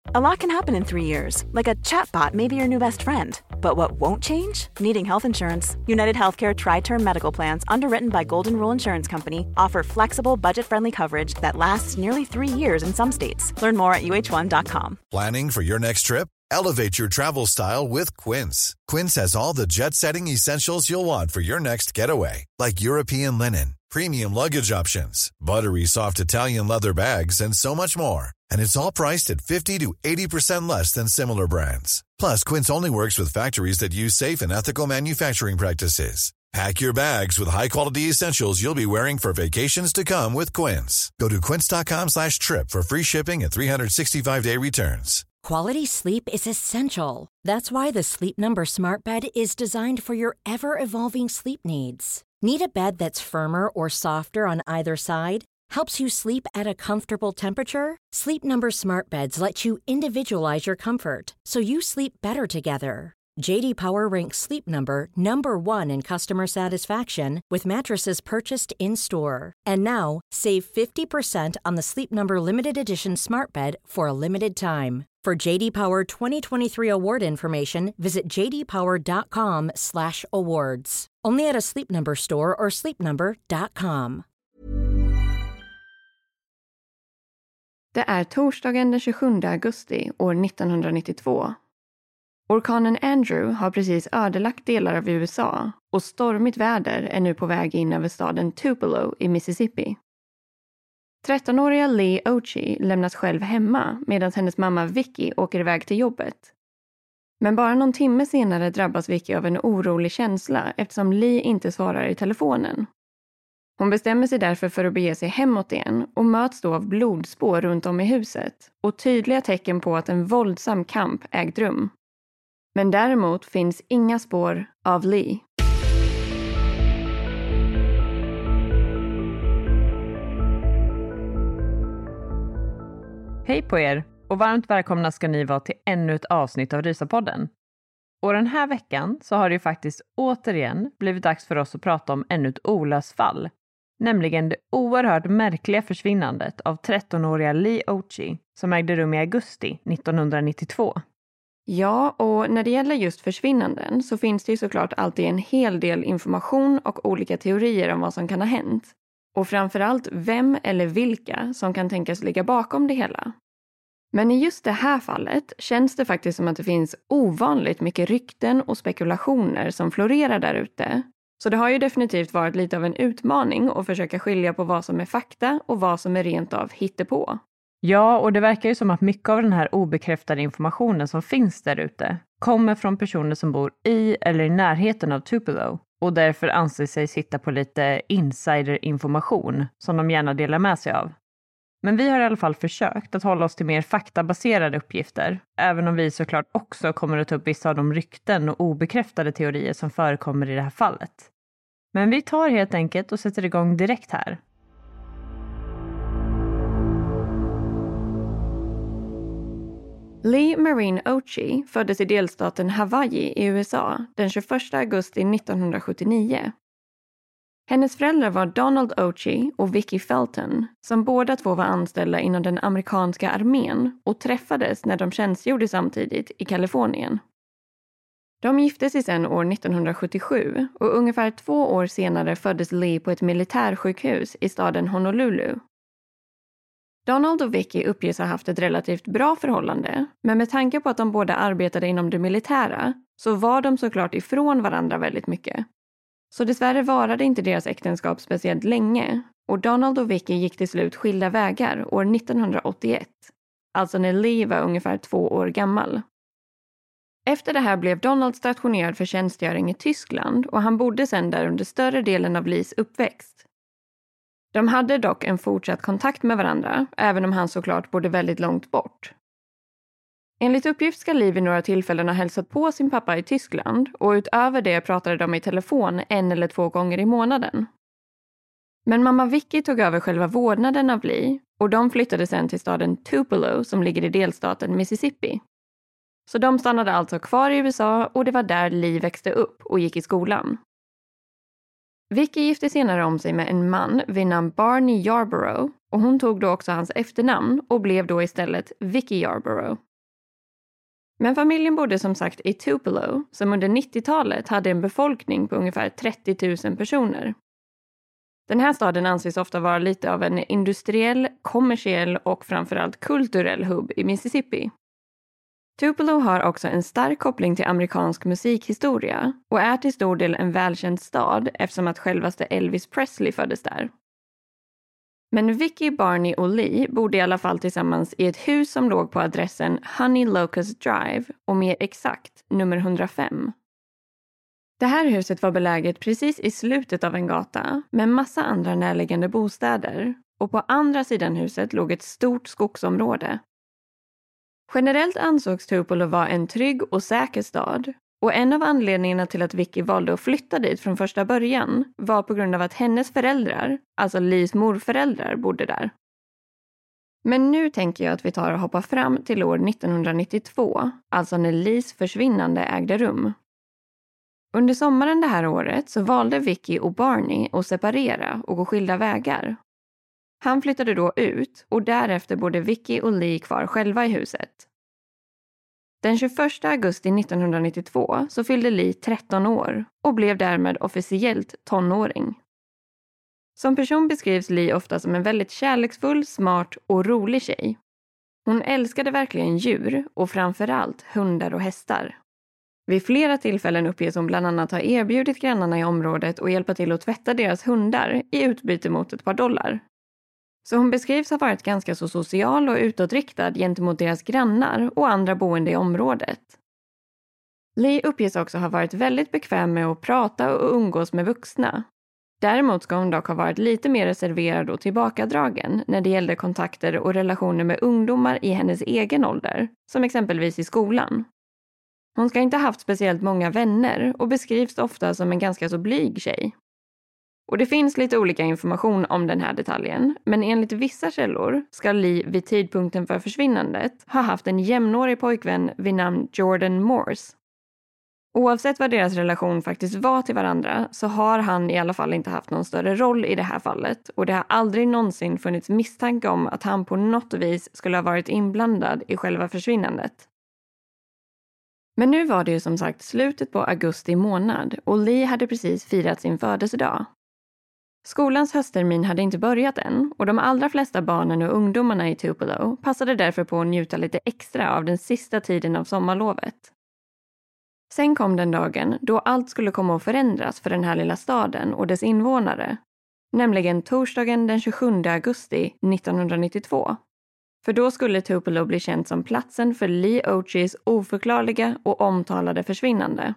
A lot can happen in 3 years, like a chatbot may be your new best friend. But what won't change? Needing health insurance. United Healthcare Tri-Term Medical Plans, underwritten by Golden Rule Insurance Company, offer flexible, budget-friendly coverage that lasts nearly 3 years in some states. Learn more at uh1.com. Planning for your next trip? Elevate your travel style with Quince. Quince has all the jet-setting essentials you'll want for your next getaway, like European linen, premium luggage options, buttery soft Italian leather bags, and so much more. And it's all priced at 50 to 80% less than similar brands. Plus, Quince only works with factories that use safe and ethical manufacturing practices. Pack your bags with high-quality essentials you'll be wearing for vacations to come with Quince. Go to quince.com/trip for free shipping and 365-day returns. Quality sleep is essential. That's why the Sleep Number Smart Bed is designed for your ever-evolving sleep needs. Need a bed that's firmer or softer on either side? Helps you sleep at a comfortable temperature? Sleep Number Smart Beds let you individualize your comfort, so you sleep better together. J.D. Power ranks Sleep Number number 1 in customer satisfaction with mattresses purchased in-store. And now, save 50% on the Sleep Number Limited Edition Smart Bed for a limited time. For J.D. Power 2023 award information, visit jdpower.com/awards. Only at a Sleep Number store or sleepnumber.com. Det är torsdagen den 27 augusti år 1992. Orkanen Andrew har precis ödelagt delar av USA och stormigt väder är nu på väg in över staden Tupelo i Mississippi. 13-åriga Lee Ochi lämnas själv hemma medan hennes mamma Vicky åker iväg till jobbet. Men bara någon timme senare drabbas Vicky av en orolig känsla eftersom Lee inte svarar i telefonen. Hon bestämmer sig därför för att bege sig hemåt igen och möts då av blodspår runt om i huset och tydliga tecken på att en våldsam kamp ägt rum. Men däremot finns inga spår av Lee. Hej på er och varmt välkomna ska ni vara till ännu ett avsnitt av Rysapodden. Och den här veckan så har det ju faktiskt återigen blivit dags för oss att prata om ännu ett olöst fall. Nämligen det oerhört märkliga försvinnandet av 13-åriga Lee Ochi som ägde rum i augusti 1992. Ja, och när det gäller just försvinnanden så finns det ju såklart alltid en hel del information och olika teorier om vad som kan ha hänt. Och framförallt vem eller vilka som kan tänkas ligga bakom det hela. Men i just det här fallet känns det faktiskt som att det finns ovanligt mycket rykten och spekulationer som florerar där ute. Så det har ju definitivt varit lite av en utmaning att försöka skilja på vad som är fakta och vad som är rent av hittepå. Ja, och det verkar ju som att mycket av den här obekräftade informationen som finns där ute kommer från personer som bor i eller i närheten av Tupelo och därför anser sig sitta på lite insiderinformation som de gärna delar med sig av. Men vi har i alla fall försökt att hålla oss till mer faktabaserade uppgifter, även om vi såklart också kommer att ta upp vissa av de rykten och obekräftade teorier som förekommer i det här fallet. Men vi tar helt enkelt och sätter igång direkt här. Lee Marine Ochi föddes i delstaten Hawaii i USA den 21 augusti 1979. Hennes föräldrar var Donald Ochi och Vicky Felton, som båda två var anställda inom den amerikanska armén och träffades när de tjänstgjorde samtidigt i Kalifornien. De gifte sig sedan år 1977 och ungefär 2 år senare föddes Lee på ett militärsjukhus i staden Honolulu. Donald och Vicky uppges ha haft ett relativt bra förhållande, men med tanke på att de båda arbetade inom det militära så var de såklart ifrån varandra väldigt mycket. Så dessvärre varade inte deras äktenskap speciellt länge och Donald och Vicky gick till slut skilda vägar år 1981, alltså när Lee var ungefär 2 år gammal. Efter det här blev Donald stationerad för tjänstgöring i Tyskland och han bodde sedan där under större delen av Lees uppväxt. De hade dock en fortsatt kontakt med varandra, även om han såklart bodde väldigt långt bort. Enligt uppgift ska Lee vid några tillfällen ha hälsat på sin pappa i Tyskland och utöver det pratade de i telefon 1 eller 2 gånger i månaden. Men mamma Vicky tog över själva vårdnaden av Lee och de flyttade sedan till staden Tupelo som ligger i delstaten Mississippi. Så de stannade alltså kvar i USA och det var där Lee växte upp och gick i skolan. Vicky gifte senare om sig med en man vid namn Barney Yarborough och hon tog då också hans efternamn och blev då istället Vicky Yarborough. Men familjen bodde som sagt i Tupelo, som under 90-talet hade en befolkning på ungefär 30 000 personer. Den här staden anses ofta vara lite av en industriell, kommersiell och framförallt kulturell hubb i Mississippi. Tupelo har också en stark koppling till amerikansk musikhistoria och är till stor del en välkänd stad eftersom att självaste Elvis Presley föddes där. Men Vicky, Barney och Lee bodde i alla fall tillsammans i ett hus som låg på adressen Honey Locust Drive och mer exakt nummer 105. Det här huset var beläget precis i slutet av en gata med massa andra närliggande bostäder och på andra sidan huset låg ett stort skogsområde. Generellt ansågs Tupelo vara en trygg och säker stad och en av anledningarna till att Vicky valde att flytta dit från första början var på grund av att hennes föräldrar, alltså Lees morföräldrar, bodde där. Men nu tänker jag att vi tar och hoppar fram till år 1992, alltså när Lees försvinnande ägde rum. Under sommaren det här året så valde Vicky och Barney att separera och gå skilda vägar. Han flyttade då ut och därefter bodde Vicky och Lee kvar själva i huset. Den 21 augusti 1992 så fyllde Lee 13 år och blev därmed officiellt tonåring. Som person beskrivs Lee ofta som en väldigt kärleksfull, smart och rolig tjej. Hon älskade verkligen djur och framförallt hundar och hästar. Vid flera tillfällen uppges hon bland annat ha erbjudit grannarna i området att hjälpa till att tvätta deras hundar i utbyte mot ett par dollar. Så hon beskrivs ha varit ganska så social och utåtriktad gentemot deras grannar och andra boende i området. Lee uppges också ha varit väldigt bekväm med att prata och umgås med vuxna. Däremot ska hon dock ha varit lite mer reserverad och tillbakadragen när det gällde kontakter och relationer med ungdomar i hennes egen ålder, som exempelvis i skolan. Hon ska inte ha haft speciellt många vänner och beskrivs ofta som en ganska så blyg tjej. Och det finns lite olika information om den här detaljen, men enligt vissa källor ska Lee vid tidpunkten för försvinnandet ha haft en jämnårig pojkvän vid namn Jordan Morse. Oavsett vad deras relation faktiskt var till varandra så har han i alla fall inte haft någon större roll i det här fallet och det har aldrig någonsin funnits misstanke om att han på något vis skulle ha varit inblandad i själva försvinnandet. Men nu var det ju som sagt slutet på augusti månad och Lee hade precis firat sin födelsedag. Skolans hösttermin hade inte börjat än och de allra flesta barnen och ungdomarna i Tupelo passade därför på att njuta lite extra av den sista tiden av sommarlovet. Sen kom den dagen då allt skulle komma att förändras för den här lilla staden och dess invånare, nämligen torsdagen den 27 augusti 1992. För då skulle Tupelo bli känt som platsen för Lee Oacheys oförklarliga och omtalade försvinnande.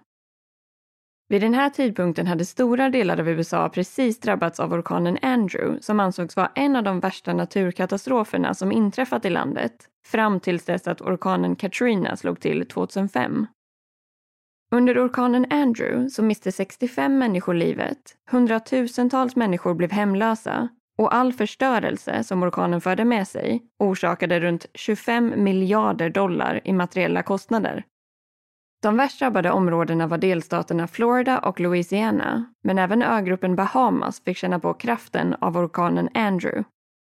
Vid den här tidpunkten hade stora delar av USA precis drabbats av orkanen Andrew som ansågs vara en av de värsta naturkatastroferna som inträffat i landet fram tills dess att orkanen Katrina slog till 2005. Under orkanen Andrew så miste 65 människor livet, hundratusentals människor blev hemlösa och all förstörelse som orkanen förde med sig orsakade runt 25 miljarder dollar i materiella kostnader. De värst drabbade områdena var delstaterna Florida och Louisiana, men även ögruppen Bahamas fick känna på kraften av orkanen Andrew.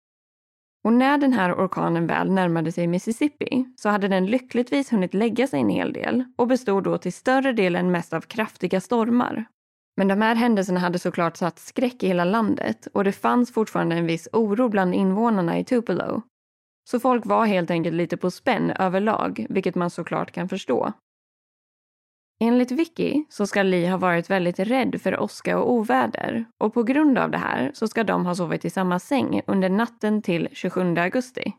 Och när den här orkanen väl närmade sig Mississippi så hade den lyckligtvis hunnit lägga sig en hel del och bestod då till större delen mest av kraftiga stormar. Men de här händelserna hade såklart satt skräck i hela landet och det fanns fortfarande en viss oro bland invånarna i Tupelo. Så folk var helt enkelt lite på spänn överlag, vilket man såklart kan förstå. Enligt Vicky så ska Lee ha varit väldigt rädd för åska och oväder och på grund av det här så ska de ha sovit i samma säng under natten till 27 augusti.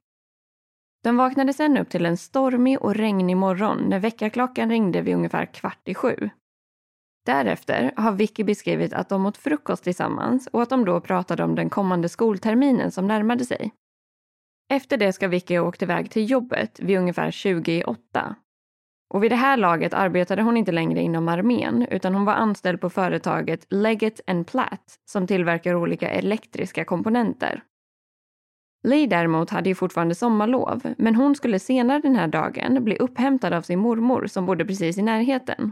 De vaknade sen upp till en stormig och regnig morgon när väckarklockan ringde vid ungefär 6:15. Därefter har Vicky beskrivit att de åt frukost tillsammans och att de då pratade om den kommande skolterminen som närmade sig. Efter det ska Vicky ha åkt iväg till jobbet vid ungefär 7:50. Och vid det här laget arbetade hon inte längre inom armén utan hon var anställd på företaget Leggett & Platt som tillverkar olika elektriska komponenter. Lee däremot hade ju fortfarande sommarlov men hon skulle senare den här dagen bli upphämtad av sin mormor som bodde precis i närheten.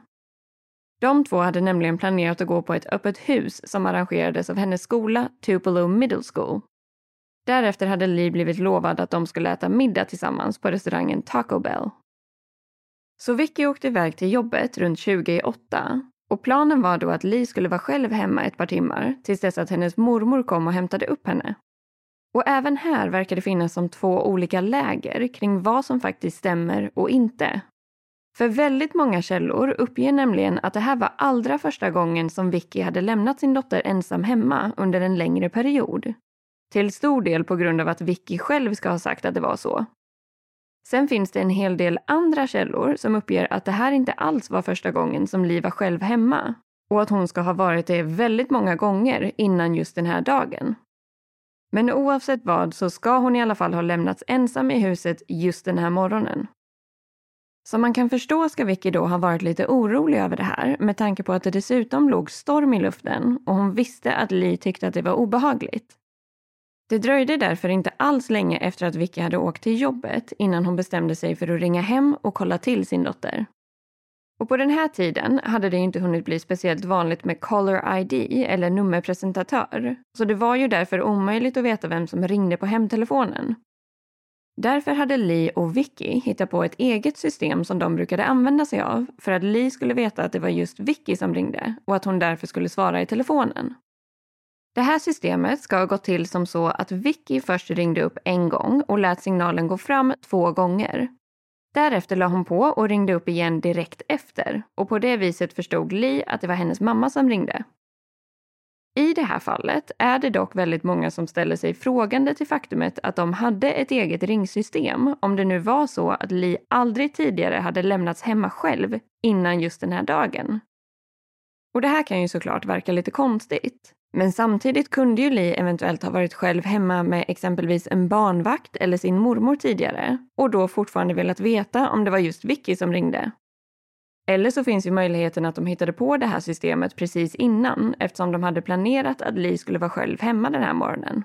De två hade nämligen planerat att gå på ett öppet hus som arrangerades av hennes skola Tupelo Middle School. Därefter hade Lee blivit lovad att de skulle äta middag tillsammans på restaurangen Taco Bell. Så Vicky åkte iväg till jobbet runt 20:08 och planen var då att Lee skulle vara själv hemma ett par timmar tills dess att hennes mormor kom och hämtade upp henne. Och även här verkar det finnas som två olika läger kring vad som faktiskt stämmer och inte. För väldigt många källor uppger nämligen att det här var allra första gången som Vicky hade lämnat sin dotter ensam hemma under en längre period. Till stor del på grund av att Vicky själv ska ha sagt att det var så. Sen finns det en hel del andra källor som uppger att det här inte alls var första gången som Lee var själv hemma och att hon ska ha varit det väldigt många gånger innan just den här dagen. Men oavsett vad så ska hon i alla fall ha lämnats ensam i huset just den här morgonen. Som man kan förstå ska Vicky då ha varit lite orolig över det här med tanke på att det dessutom låg storm i luften och hon visste att Lee tyckte att det var obehagligt. Det dröjde därför inte alls länge efter att Vicky hade åkt till jobbet innan hon bestämde sig för att ringa hem och kolla till sin dotter. Och på den här tiden hade det inte hunnit bli speciellt vanligt med caller ID eller nummerpresentatör, så det var ju därför omöjligt att veta vem som ringde på hemtelefonen. Därför hade Lee och Vicky hittat på ett eget system som de brukade använda sig av för att Lee skulle veta att det var just Vicky som ringde och att hon därför skulle svara i telefonen. Det här systemet ska ha gått till som så att Vicky först ringde upp en gång och lät signalen gå fram 2 gånger. Därefter la hon på och ringde upp igen direkt efter och på det viset förstod Lee att det var hennes mamma som ringde. I det här fallet är det dock väldigt många som ställer sig frågande till faktumet att de hade ett eget ringsystem om det nu var så att Lee aldrig tidigare hade lämnats hemma själv innan just den här dagen. Och det här kan ju såklart verka lite konstigt. Men samtidigt kunde ju Lee eventuellt ha varit själv hemma med exempelvis en barnvakt eller sin mormor tidigare och då fortfarande velat veta om det var just Vicky som ringde. Eller så finns ju möjligheten att de hittade på det här systemet precis innan eftersom de hade planerat att Lee skulle vara själv hemma den här morgonen.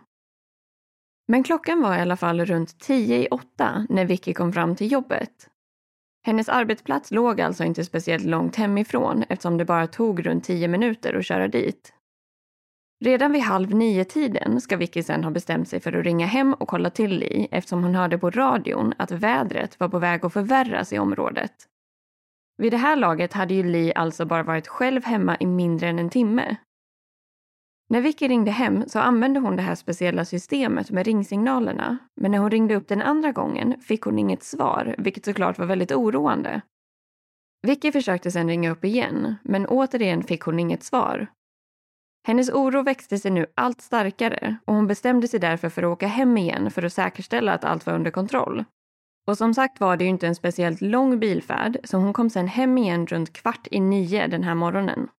Men klockan var i alla fall runt 7:50 när Vicky kom fram till jobbet. Hennes arbetsplats låg alltså inte speciellt långt hemifrån eftersom det bara tog runt 10 minuter att köra dit. Redan vid 8:30-tiden ska Vicky sen ha bestämt sig för att ringa hem och kolla till Lee eftersom hon hörde på radion att vädret var på väg att förvärras i området. Vid det här laget hade ju Lee alltså bara varit själv hemma i mindre än en timme. När Vicky ringde hem så använde hon det här speciella systemet med ringsignalerna, men när hon ringde upp den andra gången fick hon inget svar, vilket såklart var väldigt oroande. Vicky försökte sedan ringa upp igen, men återigen fick hon inget svar. Hennes oro växte sig nu allt starkare och hon bestämde sig därför för att åka hem igen för att säkerställa att allt var under kontroll. Och som sagt var det ju inte en speciellt lång bilfärd så hon kom sedan hem igen runt 8:15 den här morgonen.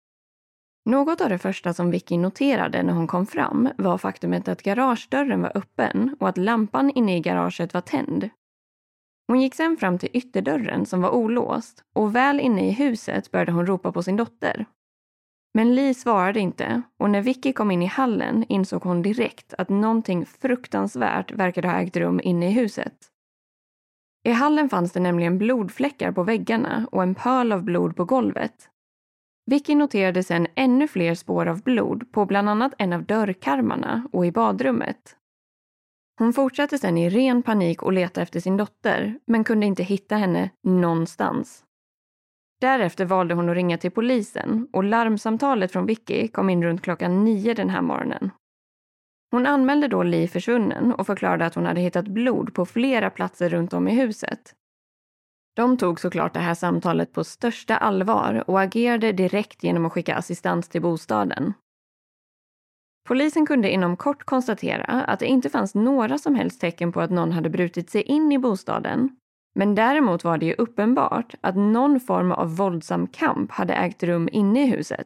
Något av det första som Vicky noterade när hon kom fram var faktumet att garagedörren var öppen och att lampan inne i garaget var tänd. Hon gick sedan fram till ytterdörren som var olåst och väl inne i huset började hon ropa på sin dotter. Men Lee svarade inte och när Vicky kom in i hallen insåg hon direkt att någonting fruktansvärt verkade ha ägt rum inne i huset. I hallen fanns det nämligen blodfläckar på väggarna och en pöl av blod på golvet. Vicky noterade sedan ännu fler spår av blod på bland annat en av dörrkarmarna och i badrummet. Hon fortsatte sedan i ren panik och leta efter sin dotter men kunde inte hitta henne någonstans. Därefter valde hon att ringa till polisen och larmsamtalet från Vicky kom in runt 9:00 den här morgonen. Hon anmälde då Lee försvunnen och förklarade att hon hade hittat blod på flera platser runt om i huset. De tog såklart det här samtalet på största allvar och agerade direkt genom att skicka assistans till bostaden. Polisen kunde inom kort konstatera att det inte fanns några som helst tecken på att någon hade brutit sig in i bostaden. Men däremot var det ju uppenbart att någon form av våldsam kamp hade ägt rum inne i huset.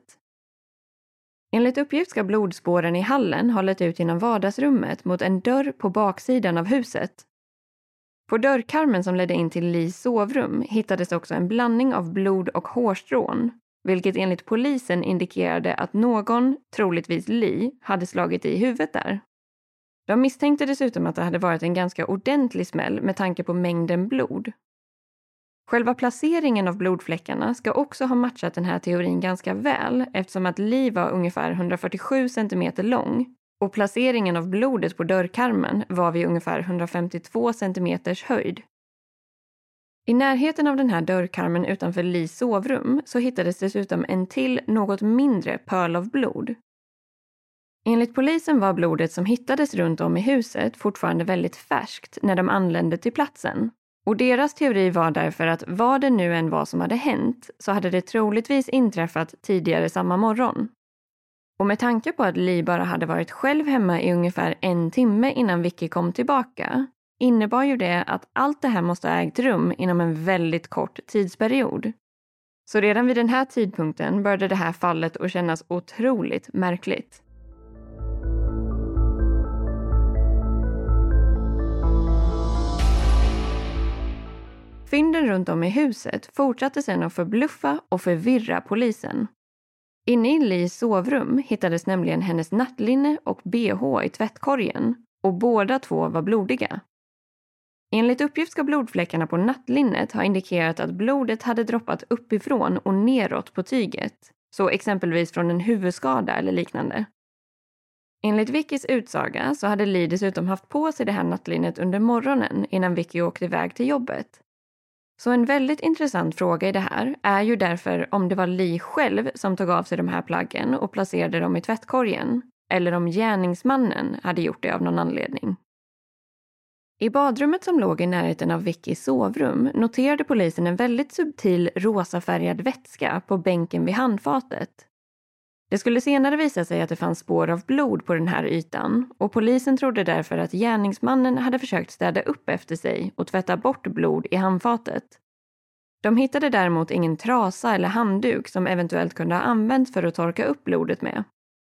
Enligt uppgift ska blodspåren i hallen ha lett ut genom vardagsrummet mot en dörr på baksidan av huset. På dörrkarmen som ledde in till Lees sovrum hittades också en blandning av blod och hårstrån, vilket enligt polisen indikerade att någon, troligtvis Lee, hade slagit i huvudet där. De misstänkte dessutom att det hade varit en ganska ordentlig smäll med tanke på mängden blod. Själva placeringen av blodfläckarna ska också ha matchat den här teorin ganska väl eftersom att Lee var ungefär 147 cm lång och placeringen av blodet på dörrkarmen var vid ungefär 152 cm höjd. I närheten av den här dörrkarmen utanför Lees sovrum så hittades dessutom en till något mindre pöl av blod. Enligt polisen var blodet som hittades runt om i huset fortfarande väldigt färskt när de anlände till platsen. Och deras teori var därför att vad det nu än var som hade hänt så hade det troligtvis inträffat tidigare samma morgon. Och med tanke på att Lee bara hade varit själv hemma i ungefär 1 timme innan Vicky kom tillbaka innebar ju det att allt det här måste ha ägt rum inom en väldigt kort tidsperiod. Så redan vid den här tidpunkten började det här fallet att kännas otroligt märkligt. Fynden runt om i huset fortsatte sedan att förbluffa och förvirra polisen. Inne i Lees sovrum hittades nämligen hennes nattlinne och bh i tvättkorgen och båda två var blodiga. Enligt uppgift ska blodfläckarna på nattlinnet ha indikerat att blodet hade droppat uppifrån och neråt på tyget, så exempelvis från en huvudskada eller liknande. Enligt Vickys utsaga så hade Lee dessutom haft på sig det här nattlinnet under morgonen innan Vicky åkte iväg till jobbet. Så en väldigt intressant fråga i det här är ju därför om det var Lee själv som tog av sig de här plaggen och placerade dem i tvättkorgen, eller om gärningsmannen hade gjort det av någon anledning. I badrummet som låg i närheten av Vickys sovrum noterade polisen en väldigt subtil rosafärgad vätska på bänken vid handfatet. Det skulle senare visa sig att det fanns spår av blod på den här ytan och polisen trodde därför att gärningsmannen hade försökt städa upp efter sig och tvätta bort blod i handfatet. De hittade däremot ingen trasa eller handduk som eventuellt kunde ha använts för att torka upp blodet med.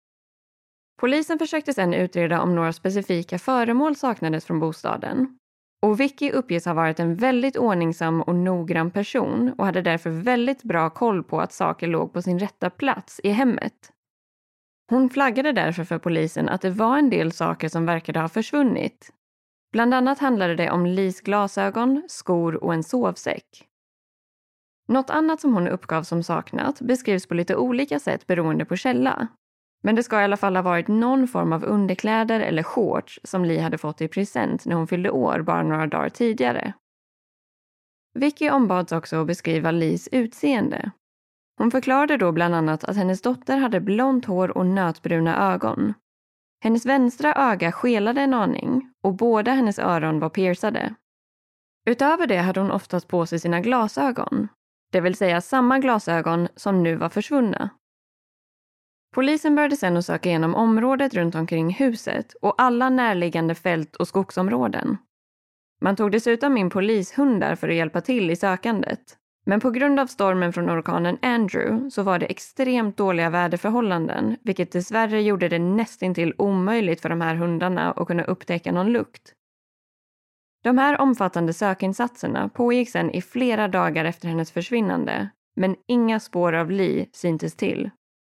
Polisen försökte sedan utreda om några specifika föremål saknades från bostaden. Och Vicky uppges ha varit en väldigt ordningsam och noggrann person och hade därför väldigt bra koll på att saker låg på sin rätta plats i hemmet. Hon flaggade därför för polisen att det var en del saker som verkade ha försvunnit. Bland annat handlade det om Lees glasögon, skor och en sovsäck. Något annat som hon uppgav som saknat beskrivs på lite olika sätt beroende på källa. Men det ska i alla fall ha varit någon form av underkläder eller shorts som Lee hade fått i present när hon fyllde år bara några dagar tidigare. Vicky ombads också att beskriva Lees utseende. Hon förklarade då bland annat att hennes dotter hade blont hår och nötbruna ögon. Hennes vänstra öga skelade en aning och båda hennes öron var piercade. Utöver det hade hon oftast på sig sina glasögon, det vill säga samma glasögon som nu var försvunna. Polisen började sedan att söka igenom området runt omkring huset och alla närliggande fält och skogsområden. Man tog dessutom in polishundar för att hjälpa till i sökandet. Men på grund av stormen från orkanen Andrew så var det extremt dåliga väderförhållanden, vilket dessvärre gjorde det nästintill omöjligt för de här hundarna att kunna upptäcka någon lukt. De här omfattande sökinsatserna pågick sedan i flera dagar efter hennes försvinnande, men inga spår av Lee syntes till.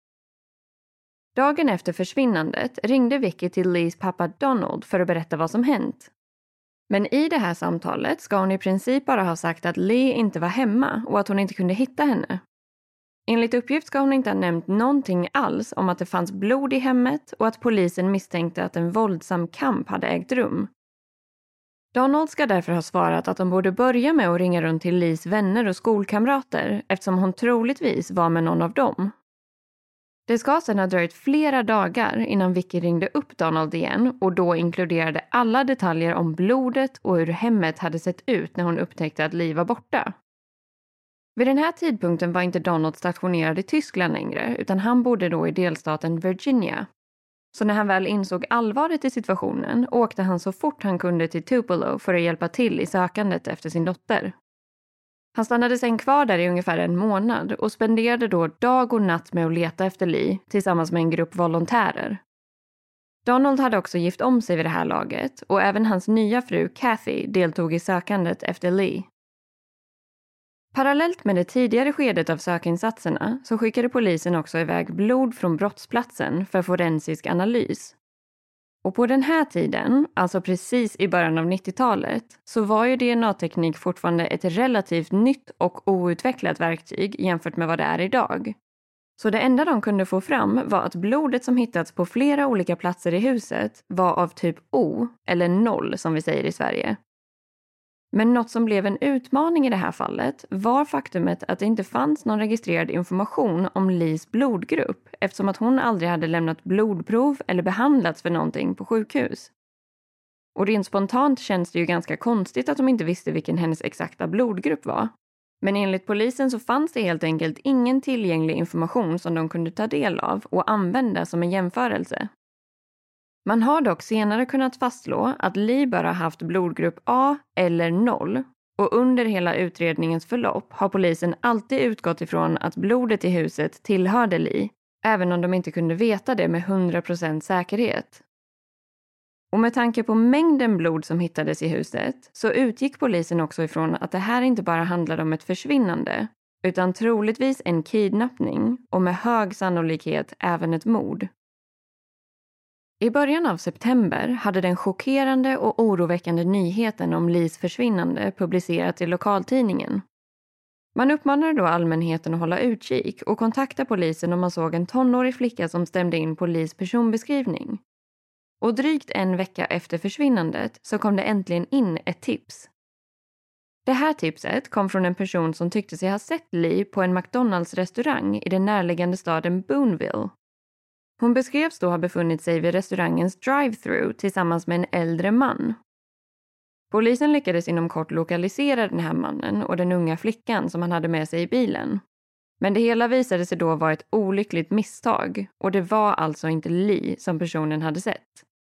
Dagen efter försvinnandet ringde Vicky till Lees pappa Donald för att berätta vad som hänt. Men i det här samtalet ska hon i princip bara ha sagt att Lee inte var hemma och att hon inte kunde hitta henne. Enligt uppgift ska hon inte ha nämnt någonting alls om att det fanns blod i hemmet och att polisen misstänkte att en våldsam kamp hade ägt rum. Donald ska därför ha svarat att de borde börja med att ringa runt till Lees vänner och skolkamrater eftersom hon troligtvis var med någon av dem. Det ska sedan ha dröjt flera dagar innan Vicky ringde upp Donald igen och då inkluderade alla detaljer om blodet och hur hemmet hade sett ut när hon upptäckte att Lee var borta. Vid den här tidpunkten var inte Donald stationerad i Tyskland längre utan han bodde då i delstaten Virginia. Så när han väl insåg allvaret i situationen åkte han så fort han kunde till Tupelo för att hjälpa till i sökandet efter sin dotter. Han stannade sen kvar där i ungefär 1 månad och spenderade då dag och natt med att leta efter Lee tillsammans med en grupp volontärer. Donald hade också gift om sig vid det här laget och även hans nya fru Kathy deltog i sökandet efter Lee. Parallellt med det tidigare skedet av sökinsatserna så skickade polisen också iväg blod från brottsplatsen för forensisk analys. Och på den här tiden, alltså precis i början av 90-talet, så var ju DNA-teknik fortfarande ett relativt nytt och outvecklat verktyg jämfört med vad det är idag. Så det enda de kunde få fram var att blodet som hittats på flera olika platser i huset var av typ O, eller 0 som vi säger i Sverige. Men något som blev en utmaning i det här fallet var faktumet att det inte fanns någon registrerad information om Lees blodgrupp eftersom att hon aldrig hade lämnat blodprov eller behandlats för någonting på sjukhus. Och rent spontant känns det ju ganska konstigt att de inte visste vilken hennes exakta blodgrupp var. Men enligt polisen så fanns det helt enkelt ingen tillgänglig information som de kunde ta del av och använda som en jämförelse. Man har dock senare kunnat fastslå att Lee bara haft blodgrupp A eller 0 och under hela utredningens förlopp har polisen alltid utgått ifrån att blodet i huset tillhörde Lee, även om de inte kunde veta det med 100% säkerhet. Och med tanke på mängden blod som hittades i huset så utgick polisen också ifrån att det här inte bara handlade om ett försvinnande utan troligtvis en kidnappning och med hög sannolikhet även ett mord. I början av september hade den chockerande och oroväckande nyheten om Lees försvinnande publicerats i lokaltidningen. Man uppmanade då allmänheten att hålla utkik och kontakta polisen om man såg en tonårig flicka som stämde in på Lees personbeskrivning. Och drygt en vecka efter försvinnandet så kom det äntligen in ett tips. Det här tipset kom från en person som tyckte sig ha sett Lee på en McDonalds-restaurang i den närliggande staden Boonville. Hon beskrevs då ha befunnit sig vid restaurangens drive-thru tillsammans med en äldre man. Polisen lyckades inom kort lokalisera den här mannen och den unga flickan som han hade med sig i bilen. Men det hela visade sig då vara ett olyckligt misstag och det var alltså inte Lee som personen hade sett.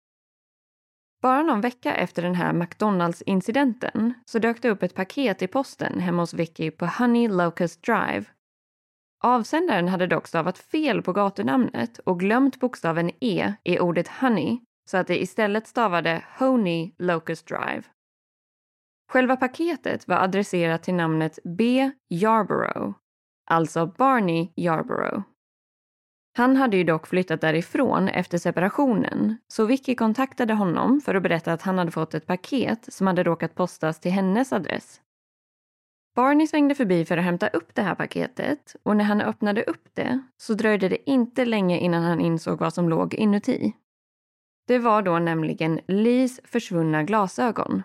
Bara någon vecka efter den här McDonalds-incidenten så dök det upp ett paket i posten hemma hos Vicky på Honey Locust Drive. Avsändaren hade dock stavat fel på gatunamnet och glömt bokstaven E i ordet honey så att det istället stavade Honey Locust Drive. Själva paketet var adresserat till namnet B. Yarborough, alltså Barney Yarborough. Han hade ju dock flyttat därifrån efter separationen så Vicky kontaktade honom för att berätta att han hade fått ett paket som hade råkat postas till hennes adress. Barney svängde förbi för att hämta upp det här paketet och när han öppnade upp det så dröjde det inte länge innan han insåg vad som låg inuti. Det var då nämligen Lees försvunna glasögon.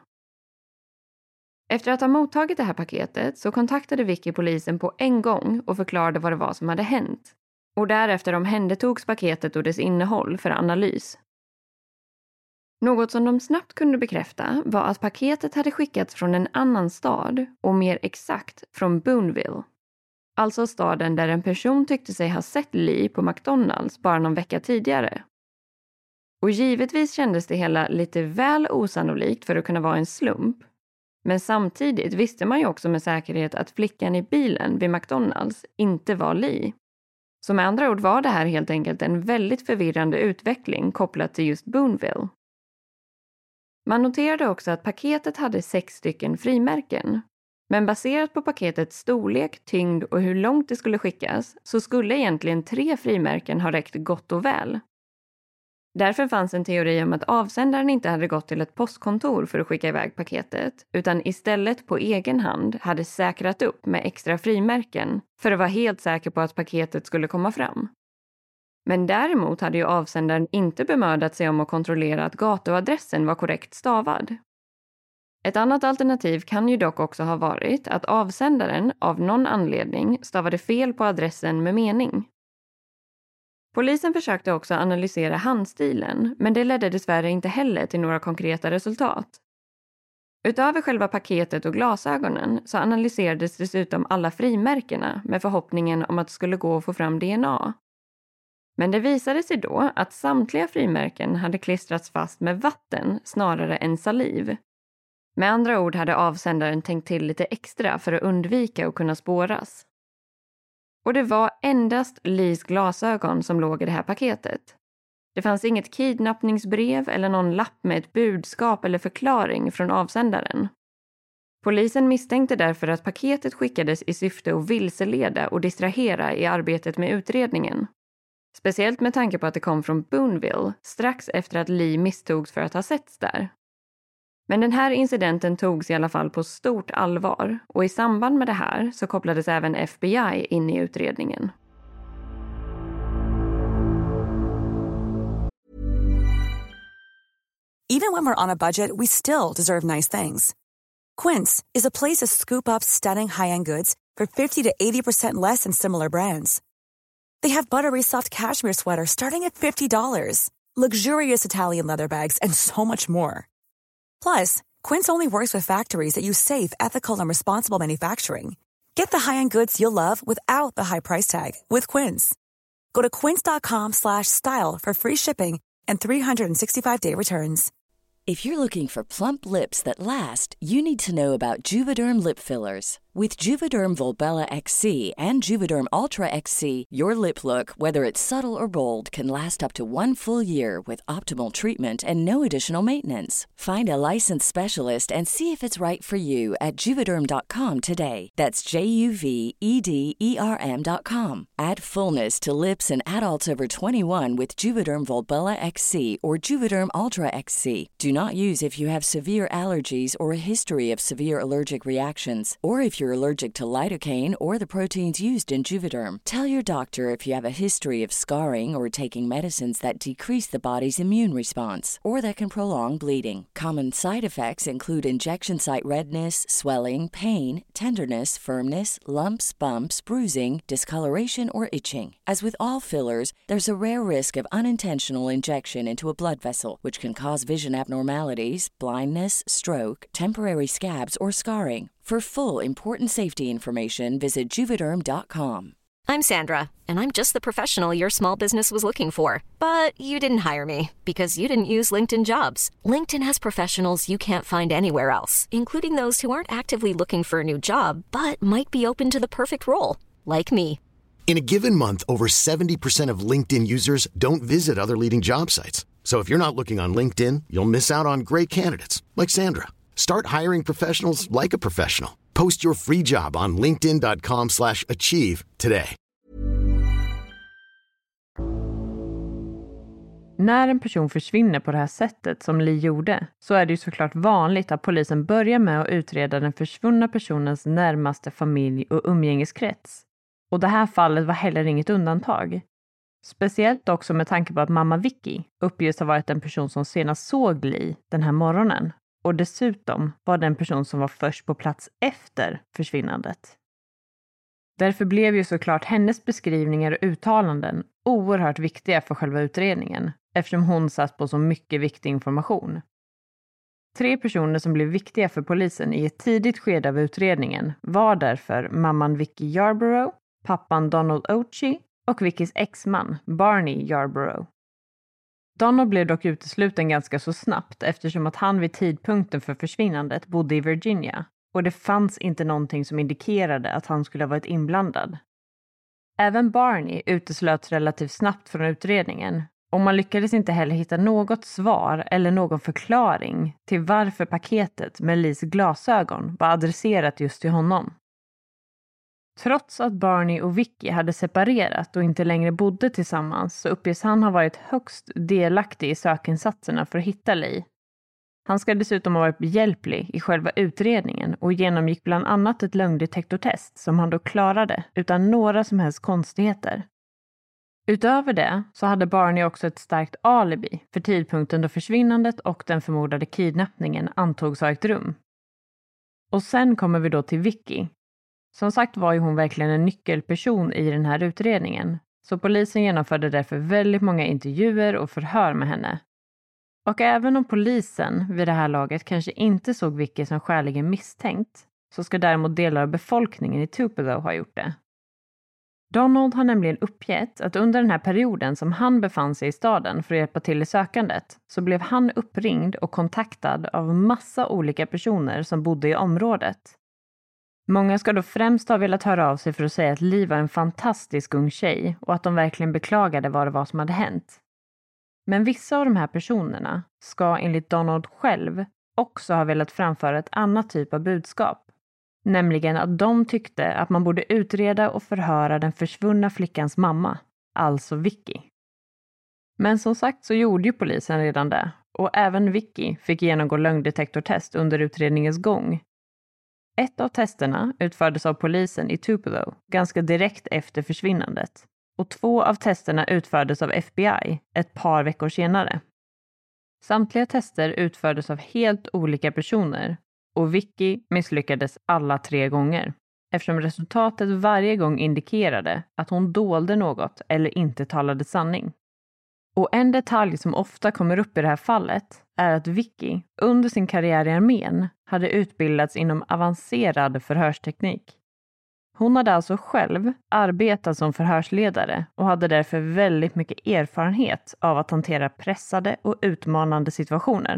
Efter att ha mottagit det här paketet så kontaktade Vicky polisen på en gång och förklarade vad det var som hade hänt. Och därefter omhändertogs paketet och dess innehåll för analys. Något som de snabbt kunde bekräfta var att paketet hade skickats från en annan stad och mer exakt från Boonville. Alltså staden där en person tyckte sig ha sett Lee på McDonalds bara någon vecka tidigare. Och givetvis kändes det hela lite väl osannolikt för att kunna vara en slump. Men samtidigt visste man ju också med säkerhet att flickan i bilen vid McDonalds inte var Lee. Så med andra ord var det här helt enkelt en väldigt förvirrande utveckling kopplat till just Boonville. Man noterade också att paketet hade 6 stycken frimärken. Men baserat på paketets storlek, tyngd och hur långt det skulle skickas så skulle egentligen 3 frimärken ha räckt gott och väl. Därför fanns en teori om att avsändaren inte hade gått till ett postkontor för att skicka iväg paketet utan istället på egen hand hade säkrat upp med extra frimärken för att vara helt säker på att paketet skulle komma fram. Men däremot hade ju avsändaren inte bemödat sig om att kontrollera att gatuadressen var korrekt stavad. Ett annat alternativ kan ju dock också ha varit att avsändaren av någon anledning stavade fel på adressen med mening. Polisen försökte också analysera handstilen, men det ledde dessvärre inte heller till några konkreta resultat. Utöver själva paketet och glasögonen så analyserades dessutom alla frimärkena med förhoppningen om att det skulle gå att få fram DNA. Men det visade sig då att samtliga frimärken hade klistrats fast med vatten snarare än saliv. Med andra ord hade avsändaren tänkt till lite extra för att undvika att kunna spåras. Och det var endast Lees glasögon som låg i det här paketet. Det fanns inget kidnappningsbrev eller någon lapp med ett budskap eller förklaring från avsändaren. Polisen misstänkte därför att paketet skickades i syfte att vilseleda och distrahera i arbetet med utredningen. Speciellt med tanke på att det kom från Boonville strax efter att Lee misstogs för att ha setts där. Men den här incidenten togs i alla fall på stort allvar och i samband med det här så kopplades även FBI in i utredningen. Even when we're on a budget, we still deserve nice things. Quince is a place to scoop up stunning high-end goods for 50 to 80% less than similar brands. They have buttery soft cashmere sweaters starting at $50, luxurious Italian leather bags, and so much more. Plus, Quince only works with factories that use safe, ethical, and responsible manufacturing. Get the high-end goods you'll love without the high price tag with Quince. Go to quince.com/style for free shipping and 365-day returns. If you're looking for plump lips that last, you need to know about Juvederm lip fillers. With Juvederm Volbella XC and Juvederm Ultra XC, your lip look, whether it's subtle or bold, can last up to 1 full year with optimal treatment and no additional maintenance. Find a licensed specialist and see if it's right for you at Juvederm.com today. That's JUVEDERM.com. Add fullness to lips in adults over 21 with Juvederm Volbella XC or Juvederm Ultra XC. Do not use if you have severe allergies or a history of severe allergic reactions, or if you're allergic to lidocaine or the proteins used in Juvederm. Tell your doctor if you have a history of scarring or taking medicines that decrease the body's immune response or that can prolong bleeding. Common side effects include injection site redness, swelling, pain, tenderness, firmness, lumps, bumps, bruising, discoloration, or itching. As with all fillers, there's a rare risk of unintentional injection into a blood vessel, which can cause vision abnormalities, blindness, stroke, temporary scabs, or scarring. For full, important safety information, visit Juvederm.com. I'm Sandra, and I'm just the professional your small business was looking for. But you didn't hire me because you didn't use LinkedIn Jobs. LinkedIn has professionals you can't find anywhere else, including those who aren't actively looking for a new job, but might be open to the perfect role, like me. In a given month, over 70% of LinkedIn users don't visit other leading job sites. So if you're not looking on LinkedIn, you'll miss out on great candidates like Sandra. Start hiring professionals like a professional. Post your free job on linkedin.com/achieve today. När en person försvinner på det här sättet som Lee gjorde, så är det ju såklart vanligt att polisen börjar med att utreda den försvunna personens närmaste familj och umgängeskrets. Och det här fallet var heller inget undantag. Speciellt också med tanke på att mamma Vicky uppges ha varit den person som senast såg Lee den här morgonen. Och dessutom var den person som var först på plats efter försvinnandet. Därför blev ju såklart hennes beskrivningar och uttalanden oerhört viktiga för själva utredningen, eftersom hon satt på så mycket viktig information. 3 personer som blev viktiga för polisen i ett tidigt skede av utredningen var därför mamman Vicky Yarborough, pappan Donald Oatchi och Vickys exman Barney Yarborough. Donald blev dock utesluten ganska så snabbt eftersom att han vid tidpunkten för försvinnandet bodde i Virginia och det fanns inte någonting som indikerade att han skulle ha varit inblandad. Även Barney uteslöts relativt snabbt från utredningen och man lyckades inte heller hitta något svar eller någon förklaring till varför paketet med Lees glasögon var adresserat just till honom. Trots att Barney och Vicky hade separerat och inte längre bodde tillsammans så uppges han ha varit högst delaktig i sökinsatserna för att hitta Lee. Han ska dessutom ha varit behjälplig i själva utredningen och genomgick bland annat ett lögndetektortest som han då klarade utan några som helst konstigheter. Utöver det så hade Barney också ett starkt alibi för tidpunkten då försvinnandet och den förmodade kidnappningen antogs ha ägt rum. Och sen kommer vi då till Vicky. Som sagt var ju hon verkligen en nyckelperson i den här utredningen, så polisen genomförde därför väldigt många intervjuer och förhör med henne. Och även om polisen vid det här laget kanske inte såg Vicky som skäligen misstänkt, så ska däremot delar av befolkningen i Tupelo ha gjort det. Donald har nämligen uppgett att under den här perioden som han befann sig i staden för att hjälpa till i sökandet så blev han uppringd och kontaktad av massa olika personer som bodde i området. Många ska då främst ha velat höra av sig för att säga att Lee var en fantastisk ung tjej och att de verkligen beklagade vad det var som hade hänt. Men vissa av de här personerna ska enligt Donald själv också ha velat framföra ett annat typ av budskap. Nämligen att de tyckte att man borde utreda och förhöra den försvunna flickans mamma, alltså Vicky. Men som sagt så gjorde ju polisen redan det och även Vicky fick genomgå lögndetektortest under utredningens gång. Ett av testerna utfördes av polisen i Tupelo ganska direkt efter försvinnandet och 2 av testerna utfördes av FBI ett par veckor senare. Samtliga tester utfördes av helt olika personer och Vicky misslyckades alla 3 gånger, eftersom resultatet varje gång indikerade att hon dolde något eller inte talade sanning. Och en detalj som ofta kommer upp i det här fallet är att Vicky under sin karriär i armén hade utbildats inom avancerad förhörsteknik. Hon hade alltså själv arbetat som förhörsledare och hade därför väldigt mycket erfarenhet av att hantera pressade och utmanande situationer.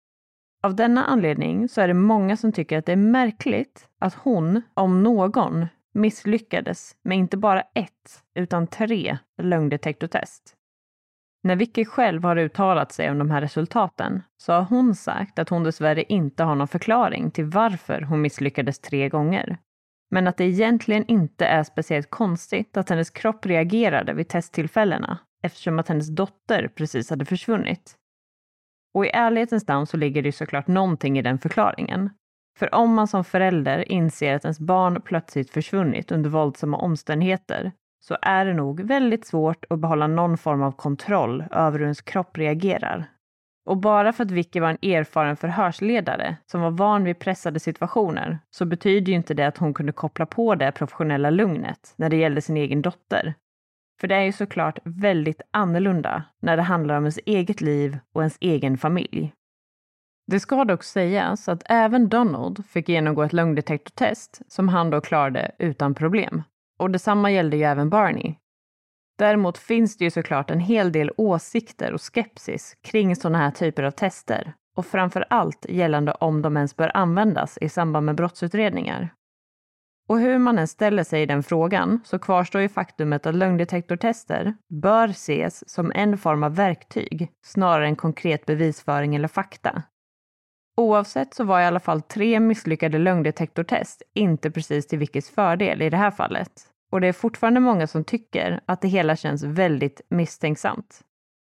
Av denna anledning så är det många som tycker att det är märkligt att hon, om någon, misslyckades med inte bara 1 utan 3 lögndetektortest. När Vicky själv har uttalat sig om de här resultaten så har hon sagt att hon dessvärre inte har någon förklaring till varför hon misslyckades 3 gånger. Men att det egentligen inte är speciellt konstigt att hennes kropp reagerade vid testtillfällena eftersom att hennes dotter precis hade försvunnit. Och i ärlighetens namn så ligger det såklart någonting i den förklaringen. För om man som förälder inser att ens barn plötsligt försvunnit under våldsamma omständigheter så är det nog väldigt svårt att behålla någon form av kontroll över hur ens kropp reagerar. Och bara för att Vicky var en erfaren förhörsledare som var van vid pressade situationer så betyder ju inte det att hon kunde koppla på det professionella lugnet när det gällde sin egen dotter. För det är ju såklart väldigt annorlunda när det handlar om ens eget liv och ens egen familj. Det ska dock sägas att även Donald fick genomgå ett lögndetektortest som han då klarade utan problem. Och detsamma gällde ju även Barney. Däremot finns det ju såklart en hel del åsikter och skepsis kring sådana här typer av tester. Och framför allt gällande om de ens bör användas i samband med brottsutredningar. Och hur man än ställer sig i den frågan så kvarstår ju faktumet att lögndetektortester bör ses som en form av verktyg snarare än konkret bevisföring eller fakta. Oavsett så var i alla fall 3 misslyckade lögndetektortest inte precis till Vickys fördel i det här fallet. Och det är fortfarande många som tycker att det hela känns väldigt misstänksamt.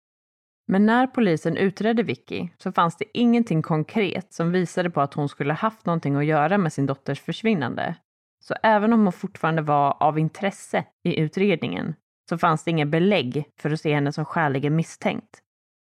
Men när polisen utredde Vicky så fanns det ingenting konkret som visade på att hon skulle haft någonting att göra med sin dotters försvinnande. Så även om hon fortfarande var av intresse i utredningen så fanns det inga belägg för att se henne som skäligen misstänkt.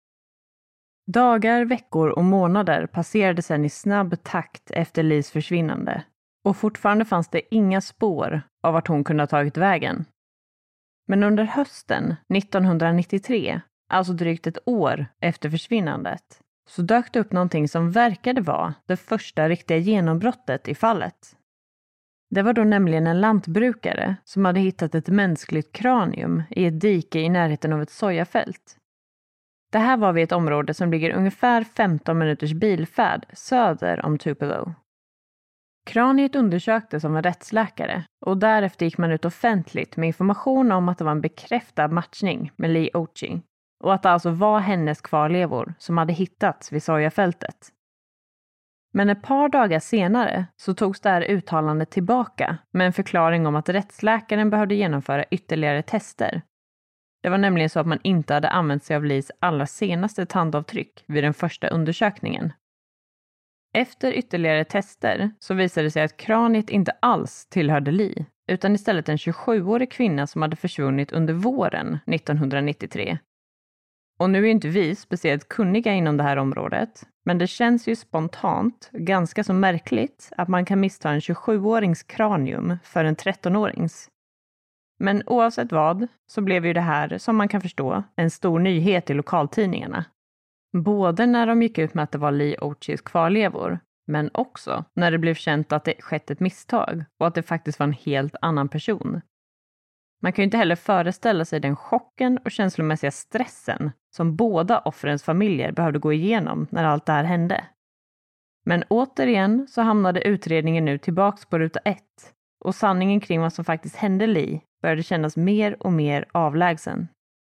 Dagar, veckor och månader passerade sedan i snabb takt efter Lees försvinnande. Och fortfarande fanns det inga spår av vart hon kunde ha tagit vägen. Men under hösten 1993, alltså drygt ett år efter försvinnandet, så dök det upp någonting som verkade vara det första riktiga genombrottet i fallet. Det var då nämligen en lantbrukare som hade hittat ett mänskligt kranium i ett dike i närheten av ett sojafält. Det här var vid ett område som ligger ungefär 15 minuters bilfärd söder om Tupelo. Kraniet undersöktes av en rättsläkare och därefter gick man ut offentligt med information om att det var en bekräftad matchning med Lee Ochi och att det alltså var hennes kvarlevor som hade hittats vid sojafältet. Men ett par dagar senare så togs det här uttalandet tillbaka med en förklaring om att rättsläkaren behövde genomföra ytterligare tester. Det var nämligen så att man inte hade använt sig av Lees allra senaste tandavtryck vid den första undersökningen. Efter ytterligare tester så visade det sig att kraniet inte alls tillhörde Lee, utan istället en 27-årig kvinna som hade försvunnit under våren 1993. Och nu är inte vi speciellt kunniga inom det här området, men det känns ju spontant ganska så märkligt att man kan missta en 27-årings kranium för en 13-årings. Men oavsett vad så blev ju det här, som man kan förstå, en stor nyhet i lokaltidningarna. Både när de gick ut med att det var Lee Ochis kvarlevor, men också när det blev känt att det skett ett misstag och att det faktiskt var en helt annan person. Man kan ju inte heller föreställa sig den chocken och känslomässiga stressen som båda offrens familjer behövde gå igenom när allt det här hände. Men återigen så hamnade utredningen nu tillbaks på ruta 1 och sanningen kring vad som faktiskt hände Lee började kännas mer och mer avlägsen.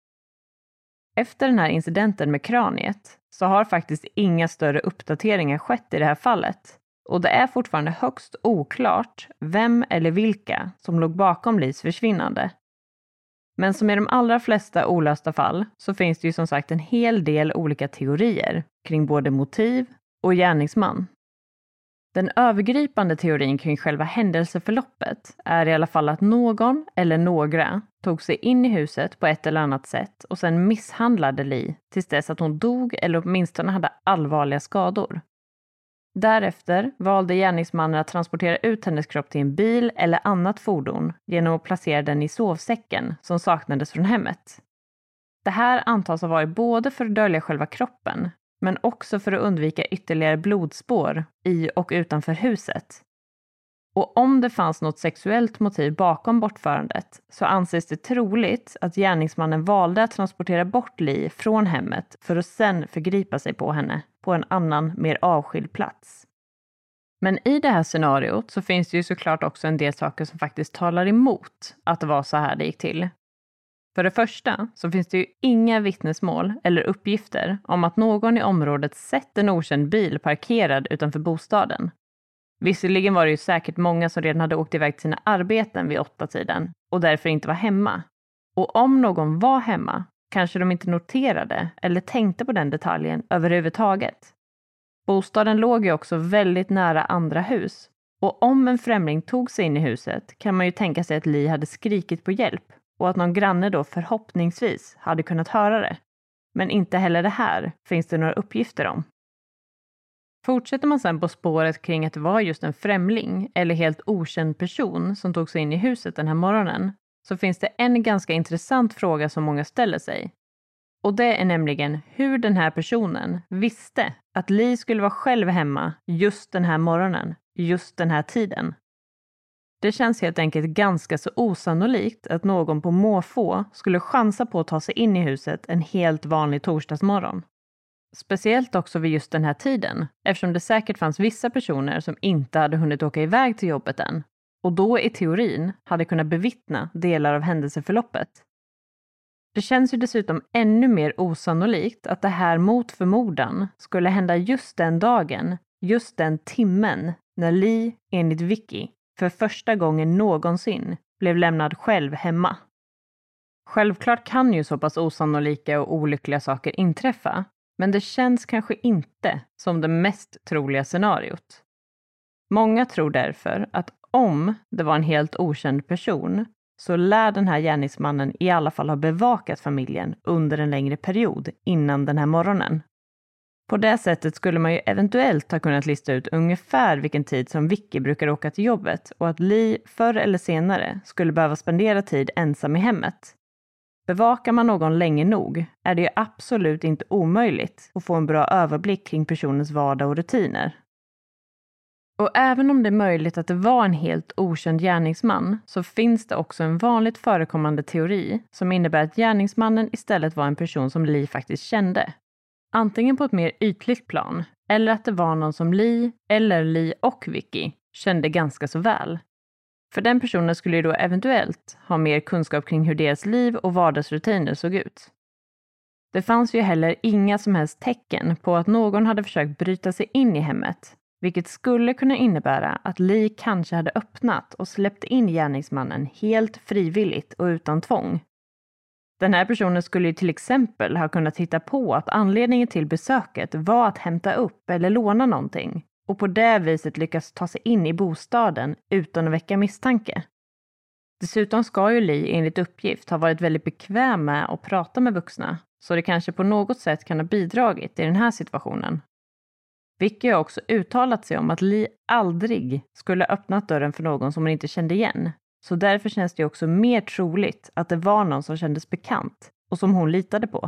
Efter den här incidenten med kraniet så har faktiskt inga större uppdateringar skett i det här fallet. Och det är fortfarande högst oklart vem eller vilka som låg bakom Lees försvinnande. Men som i de allra flesta olösta fall så finns det ju som sagt en hel del olika teorier kring både motiv och gärningsman. Den övergripande teorin kring själva händelseförloppet är i alla fall att någon eller några tog sig in i huset på ett eller annat sätt och sen misshandlade Lee tills dess att hon dog eller åtminstone hade allvarliga skador. Därefter valde gärningsmannen att transportera ut hennes kropp till en bil eller annat fordon genom att placera den i sovsäcken som saknades från hemmet. Det här antas ha varit både för att dölja själva kroppen, men också för att undvika ytterligare blodspår i och utanför huset. Och om det fanns något sexuellt motiv bakom bortförandet så anses det troligt att gärningsmannen valde att transportera bort Lee från hemmet för att sen förgripa sig på henne på en annan, mer avskild plats. Men i det här scenariot så finns det ju såklart också en del saker som faktiskt talar emot att det var så här det gick till. För det första så finns det ju inga vittnesmål eller uppgifter om att någon i området sett en okänd bil parkerad utanför bostaden. Visserligen var det ju säkert många som redan hade åkt iväg till sina arbeten vid 8-tiden och därför inte var hemma. Och om någon var hemma kanske de inte noterade eller tänkte på den detaljen överhuvudtaget. Bostaden låg ju också väldigt nära andra hus och om en främling tog sig in i huset kan man ju tänka sig att Lee hade skrikit på hjälp och att någon granne då förhoppningsvis hade kunnat höra det. Men inte heller det här finns det några uppgifter om. Fortsätter man sedan på spåret kring att det var just en främling eller helt okänd person som tog sig in i huset den här morgonen så finns det en ganska intressant fråga som många ställer sig. Och det är nämligen hur den här personen visste att Lee skulle vara själv hemma just den här morgonen, just den här tiden. Det känns helt enkelt ganska så osannolikt att någon på måfå skulle chansa på att ta sig in i huset en helt vanlig torsdagsmorgon. Speciellt också vid just den här tiden, eftersom det säkert fanns vissa personer som inte hade hunnit åka iväg till jobbet än, och då i teorin hade kunnat bevittna delar av händelseförloppet. Det känns ju dessutom ännu mer osannolikt att det här mot förmodan skulle hända just den dagen, just den timmen, när Lee, enligt Vicky, för första gången någonsin blev lämnad själv hemma. Självklart kan ju så pass osannolika och olyckliga saker inträffa, men det känns kanske inte som det mest troliga scenariot. Många tror därför att om det var en helt okänd person så lär den här gärningsmannen i alla fall ha bevakat familjen under en längre period innan den här morgonen. På det sättet skulle man ju eventuellt ha kunnat lista ut ungefär vilken tid som Vicky brukar åka till jobbet och att Lee förr eller senare skulle behöva spendera tid ensam i hemmet. Bevakar man någon länge nog är det ju absolut inte omöjligt att få en bra överblick kring personens vardag och rutiner. Och även om det är möjligt att det var en helt okänd gärningsman så finns det också en vanligt förekommande teori som innebär att gärningsmannen istället var en person som Lee faktiskt kände. Antingen på ett mer ytligt plan eller att det var någon som Lee eller Lee och Vicky kände ganska så väl. För den personen skulle ju då eventuellt ha mer kunskap kring hur deras liv och vardagsrutiner såg ut. Det fanns ju heller inga som helst tecken på att någon hade försökt bryta sig in i hemmet, vilket skulle kunna innebära att Lee kanske hade öppnat och släppt in gärningsmannen helt frivilligt och utan tvång. Den här personen skulle ju till exempel ha kunnat hitta på att anledningen till besöket var att hämta upp eller låna någonting och på det viset lyckas ta sig in i bostaden utan att väcka misstanke. Dessutom ska ju Lee enligt uppgift ha varit väldigt bekväm med att prata med vuxna, så det kanske på något sätt kan ha bidragit i den här situationen. Vicky har också uttalat sig om att Lee aldrig skulle öppnat dörren för någon som hon inte kände igen, så därför känns det också mer troligt att det var någon som kändes bekant och som hon litade på.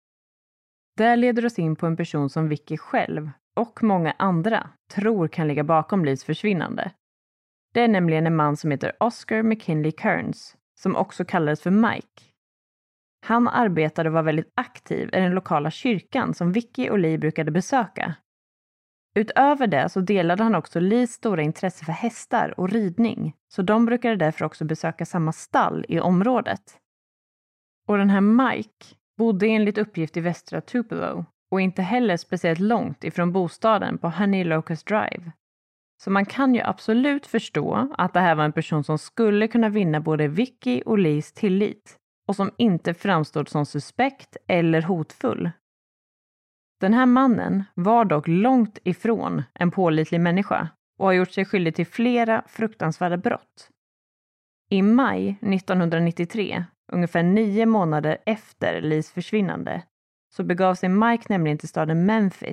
Det leder oss in på en person som Vicky själv och många andra tror kan ligga bakom Lees försvinnande. Det är nämligen en man som heter Oscar McKinley Kearns, som också kallades för Mike. Han arbetade och var väldigt aktiv i den lokala kyrkan som Vicky och Lee brukade besöka. Utöver det så delade han också Lees stora intresse för hästar och ridning, så de brukade därför också besöka samma stall i området. Och den här Mike bodde enligt uppgift i västra Tupelo och inte heller speciellt långt ifrån bostaden på Honey Locust Drive. Så man kan ju absolut förstå att det här var en person som skulle kunna vinna både Vicky och Lees tillit och som inte framstod som suspekt eller hotfull. Den här mannen var dock långt ifrån en pålitlig människa och har gjort sig skyldig till flera fruktansvärda brott. I maj 1993, ungefär 9 månader efter Lees försvinnande, så begav sig Mike nämligen till staden Memphis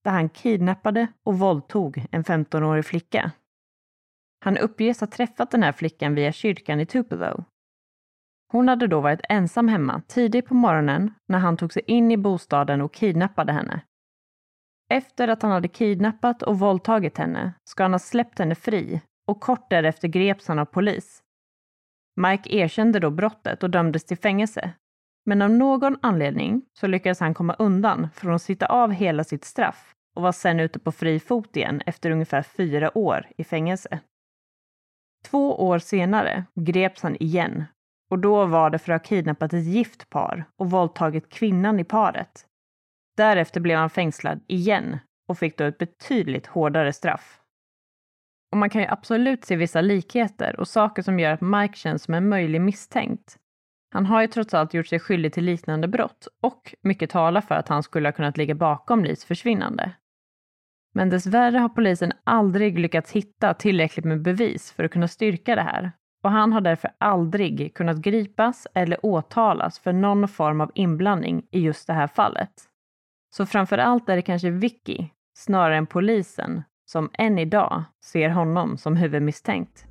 där han kidnappade och våldtog en 15-årig flicka. Han uppges ha träffat den här flickan via kyrkan i Tupelo. Hon hade då varit ensam hemma tidigt på morgonen när han tog sig in i bostaden och kidnappade henne. Efter att han hade kidnappat och våldtagit henne ska han ha släppt henne fri och kort därefter greps han av polis. Mike erkände då brottet och dömdes till fängelse. Men av någon anledning så lyckades han komma undan från att sitta av hela sitt straff och var sen ute på fri fot igen efter ungefär 4 år i fängelse. 2 år senare greps han igen och då var det för att ha kidnappat ett gift par och våldtagit kvinnan i paret. Därefter blev han fängslad igen och fick då ett betydligt hårdare straff. Och man kan ju absolut se vissa likheter och saker som gör att Mike känns som en möjlig misstänkt. Han har ju trots allt gjort sig skyldig till liknande brott och mycket talar för att han skulle ha kunnat ligga bakom Lees försvinnande. Men dessvärre har polisen aldrig lyckats hitta tillräckligt med bevis för att kunna styrka det här. Och han har därför aldrig kunnat gripas eller åtalas för någon form av inblandning i just det här fallet. Så framförallt är det kanske Vicky, snarare än polisen, som än idag ser honom som huvudmisstänkt.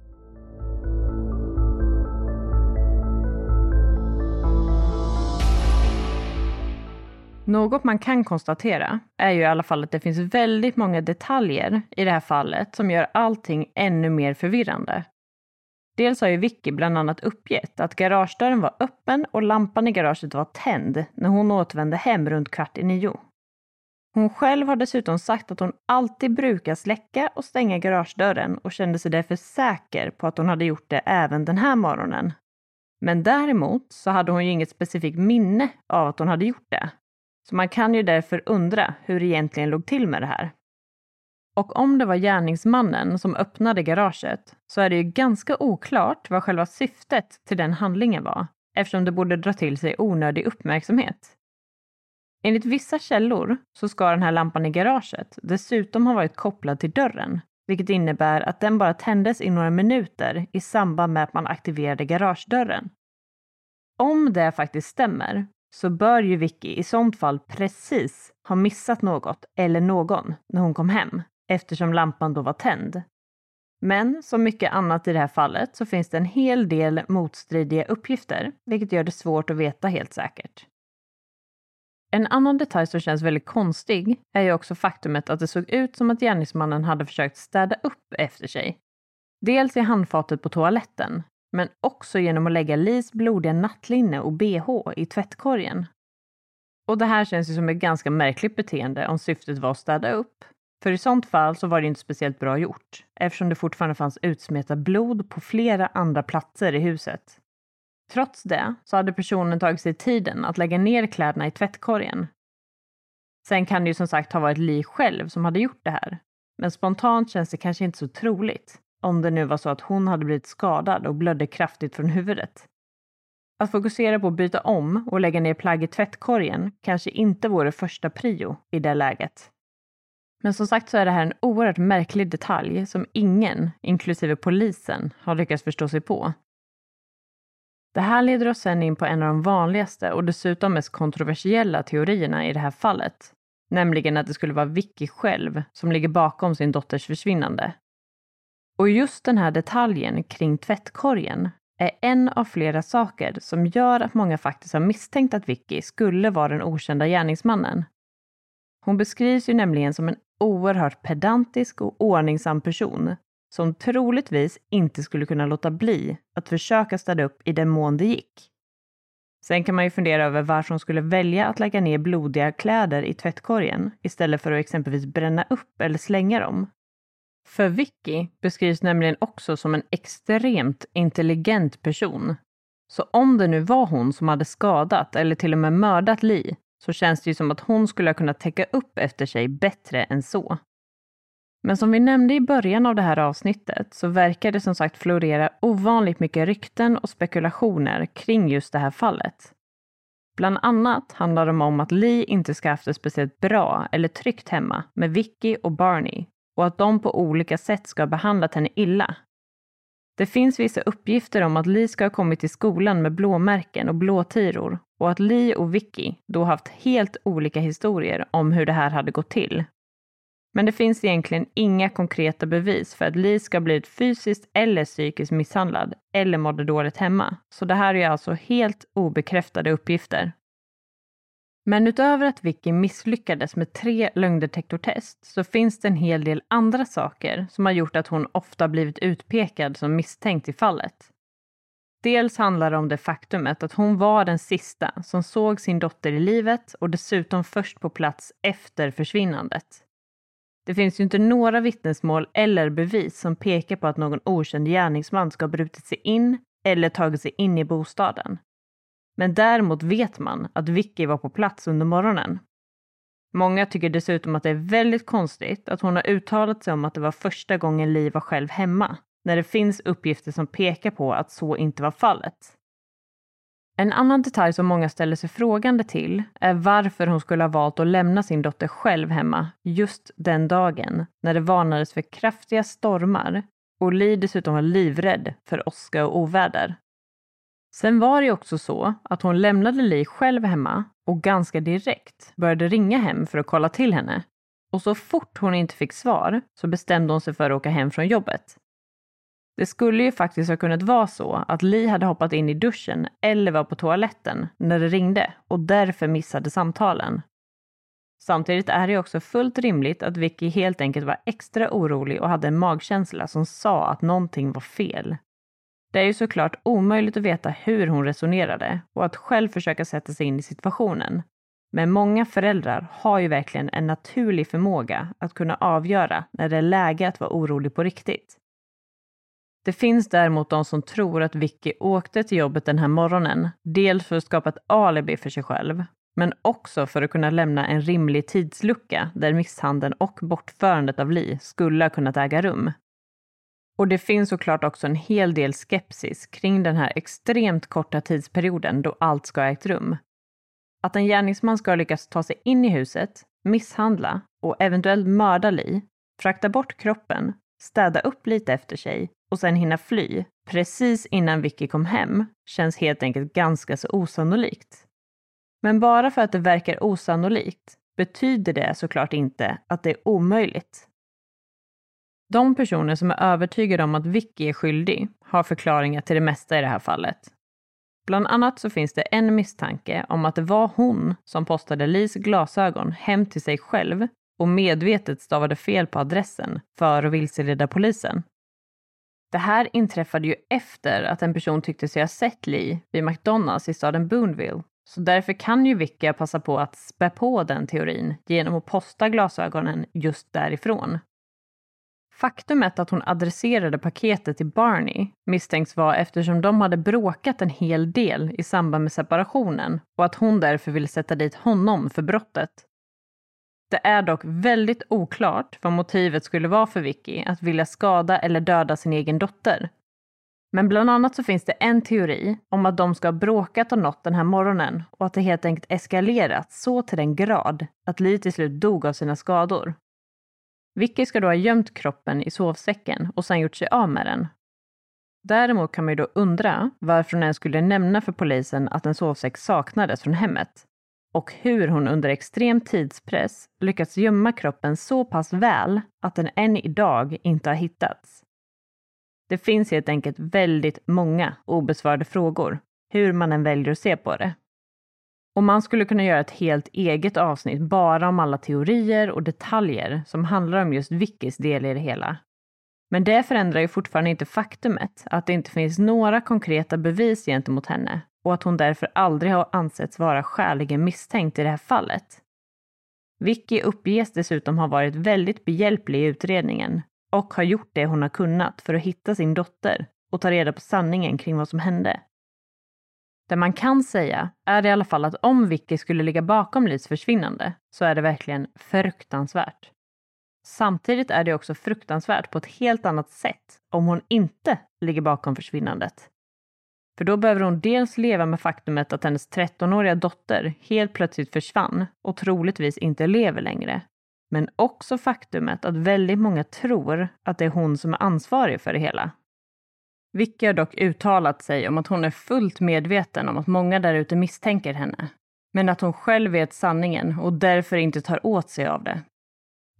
Något man kan konstatera är ju i alla fall att det finns väldigt många detaljer i det här fallet som gör allting ännu mer förvirrande. Dels har ju Vicky bland annat uppgett att garagedörren var öppen och lampan i garaget var tänd när hon återvände hem runt 8:15. Hon själv har dessutom sagt att hon alltid brukar släcka och stänga garagedörren och kände sig därför säker på att hon hade gjort det även den här morgonen. Men däremot så hade hon ju inget specifikt minne av att hon hade gjort det. Så man kan ju därför undra hur det egentligen låg till med det här. Och om det var gärningsmannen som öppnade garaget så är det ju ganska oklart vad själva syftet till den handlingen var, eftersom det borde dra till sig onödig uppmärksamhet. Enligt vissa källor så ska den här lampan i garaget dessutom ha varit kopplad till dörren, vilket innebär att den bara tändes i några minuter i samband med att man aktiverade garagedörren. Om det faktiskt stämmer så bör ju Vicky i sånt fall precis ha missat något eller någon när hon kom hem, eftersom lampan då var tänd. Men som mycket annat i det här fallet så finns det en hel del motstridiga uppgifter, vilket gör det svårt att veta helt säkert. En annan detalj som känns väldigt konstig är ju också faktumet att det såg ut som att gärningsmannen hade försökt städa upp efter sig. Dels i handfatet på toaletten, men också genom att lägga Lees blodiga nattlinne och BH i tvättkorgen. Och det här känns ju som ett ganska märkligt beteende om syftet var att städa upp. För i sånt fall så var det inte speciellt bra gjort, eftersom det fortfarande fanns utsmetat blod på flera andra platser i huset. Trots det så hade personen tagit sig tiden att lägga ner kläderna i tvättkorgen. Sen kan det ju som sagt ha varit Lee själv som hade gjort det här. Men spontant känns det kanske inte så troligt, om det nu var så att hon hade blivit skadad och blödde kraftigt från huvudet. Att fokusera på att byta om och lägga ner plagg i tvättkorgen kanske inte vore första prio i det läget. Men som sagt så är det här en oerhört märklig detalj som ingen, inklusive polisen, har lyckats förstå sig på. Det här leder oss sen in på en av de vanligaste och dessutom mest kontroversiella teorierna i det här fallet. Nämligen att det skulle vara Vicky själv som ligger bakom sin dotters försvinnande. Och just den här detaljen kring tvättkorgen är en av flera saker som gör att många faktiskt har misstänkt att Vicky skulle vara den okända gärningsmannen. Hon beskrivs ju nämligen som en oerhört pedantisk och ordningsam person som troligtvis inte skulle kunna låta bli att försöka städa upp i den mån det gick. Sen kan man ju fundera över varför hon skulle välja att lägga ner blodiga kläder i tvättkorgen istället för att exempelvis bränna upp eller slänga dem. För Vicky beskrivs nämligen också som en extremt intelligent person. Så om det nu var hon som hade skadat eller till och med mördat Lee så känns det ju som att hon skulle ha kunnat täcka upp efter sig bättre än så. Men som vi nämnde i början av det här avsnittet så verkar det som sagt florera ovanligt mycket rykten och spekulationer kring just det här fallet. Bland annat handlar det om att Lee inte ska ha haft det speciellt bra eller tryggt hemma med Vicky och Barney och att de på olika sätt ska ha behandlat henne illa. Det finns vissa uppgifter om att Lee ska ha kommit till skolan med blåmärken och blåtiror och att Lee och Vicky då haft helt olika historier om hur det här hade gått till. Men det finns egentligen inga konkreta bevis för att Lee ska ha blivit fysiskt eller psykiskt misshandlad eller mådde dåligt hemma. Så det här är alltså helt obekräftade uppgifter. Men utöver att Vicky misslyckades med 3 lögndetektortest så finns det en hel del andra saker som har gjort att hon ofta blivit utpekad som misstänkt i fallet. Dels handlar det om det faktumet att hon var den sista som såg sin dotter i livet och dessutom först på plats efter försvinnandet. Det finns ju inte några vittnesmål eller bevis som pekar på att någon okänd gärningsman ska ha brutit sig in eller tagit sig in i bostaden. Men däremot vet man att Vicky var på plats under morgonen. Många tycker dessutom att det är väldigt konstigt att hon har uttalat sig om att det var första gången Lee var själv hemma, när det finns uppgifter som pekar på att så inte var fallet. En annan detalj som många ställer sig frågande till är varför hon skulle ha valt att lämna sin dotter själv hemma just den dagen när det varnades för kraftiga stormar och Lee dessutom var livrädd för åska och oväder. Sen var det också så att hon lämnade Lee själv hemma och ganska direkt började ringa hem för att kolla till henne. Och så fort hon inte fick svar så bestämde hon sig för att åka hem från jobbet. Det skulle ju faktiskt ha kunnat vara så att Lee hade hoppat in i duschen eller var på toaletten när det ringde och därför missade samtalen. Samtidigt är det också fullt rimligt att Vicky helt enkelt var extra orolig och hade en magkänsla som sa att någonting var fel. Det är ju såklart omöjligt att veta hur hon resonerade och att själv försöka sätta sig in i situationen. Men många föräldrar har ju verkligen en naturlig förmåga att kunna avgöra när det är läge att vara orolig på riktigt. Det finns däremot de som tror att Vicky åkte till jobbet den här morgonen, dels för att skapa ett alibi för sig själv, men också för att kunna lämna en rimlig tidslucka där misshandeln och bortförandet av Lee skulle ha kunnat äga rum. Och det finns såklart också en hel del skepsis kring den här extremt korta tidsperioden då allt ska ha ägt rum. Att en gärningsman ska lyckas ta sig in i huset, misshandla och eventuellt mörda Lee, frakta bort kroppen, städa upp lite efter sig och sen hinna fly precis innan Vicky kom hem känns helt enkelt ganska så osannolikt. Men bara för att det verkar osannolikt betyder det såklart inte att det är omöjligt. De personer som är övertygade om att Vicky är skyldig har förklaringar till det mesta i det här fallet. Bland annat så finns det en misstanke om att det var hon som postade Lees glasögon hem till sig själv och medvetet stavade fel på adressen för att vilseleda polisen. Det här inträffade ju efter att en person tyckte sig ha sett Lee vid McDonalds i staden Boonville. Så därför kan ju Vicky passa på att spä på den teorin genom att posta glasögonen just därifrån. Faktumet att hon adresserade paketet till Barney misstänks vara eftersom de hade bråkat en hel del i samband med separationen och att hon därför ville sätta dit honom för brottet. Det är dock väldigt oklart vad motivet skulle vara för Vicky att vilja skada eller döda sin egen dotter. Men bland annat så finns det en teori om att de ska ha bråkat och något den här morgonen och att det helt enkelt eskalerat så till den grad att Lee till slut dog av sina skador. Vicky ska då ha gömt kroppen i sovsäcken och sen gjort sig av med den. Däremot kan man ju då undra varför hon ens skulle nämna för polisen att en sovsäck saknades från hemmet. Och hur hon under extrem tidspress lyckats gömma kroppen så pass väl att den än idag inte har hittats. Det finns helt enkelt väldigt många obesvarade frågor, hur man än väljer att se på det. Och man skulle kunna göra ett helt eget avsnitt bara om alla teorier och detaljer som handlar om just Vickys del i det hela. Men det förändrar ju fortfarande inte faktumet att det inte finns några konkreta bevis gentemot henne och att hon därför aldrig har ansetts vara skäligen misstänkt i det här fallet. Vicky uppges dessutom ha varit väldigt behjälplig i utredningen och har gjort det hon har kunnat för att hitta sin dotter och ta reda på sanningen kring vad som hände. Det man kan säga är i alla fall att om Vicky skulle ligga bakom Lees försvinnande så är det verkligen fruktansvärt. Samtidigt är det också fruktansvärt på ett helt annat sätt om hon inte ligger bakom försvinnandet. För då behöver hon dels leva med faktumet att hennes 13-åriga dotter helt plötsligt försvann och troligtvis inte lever längre. Men också faktumet att väldigt många tror att det är hon som är ansvarig för det hela. Vicky har dock uttalat sig om att hon är fullt medveten om att många där ute misstänker henne. Men att hon själv vet sanningen och därför inte tar åt sig av det.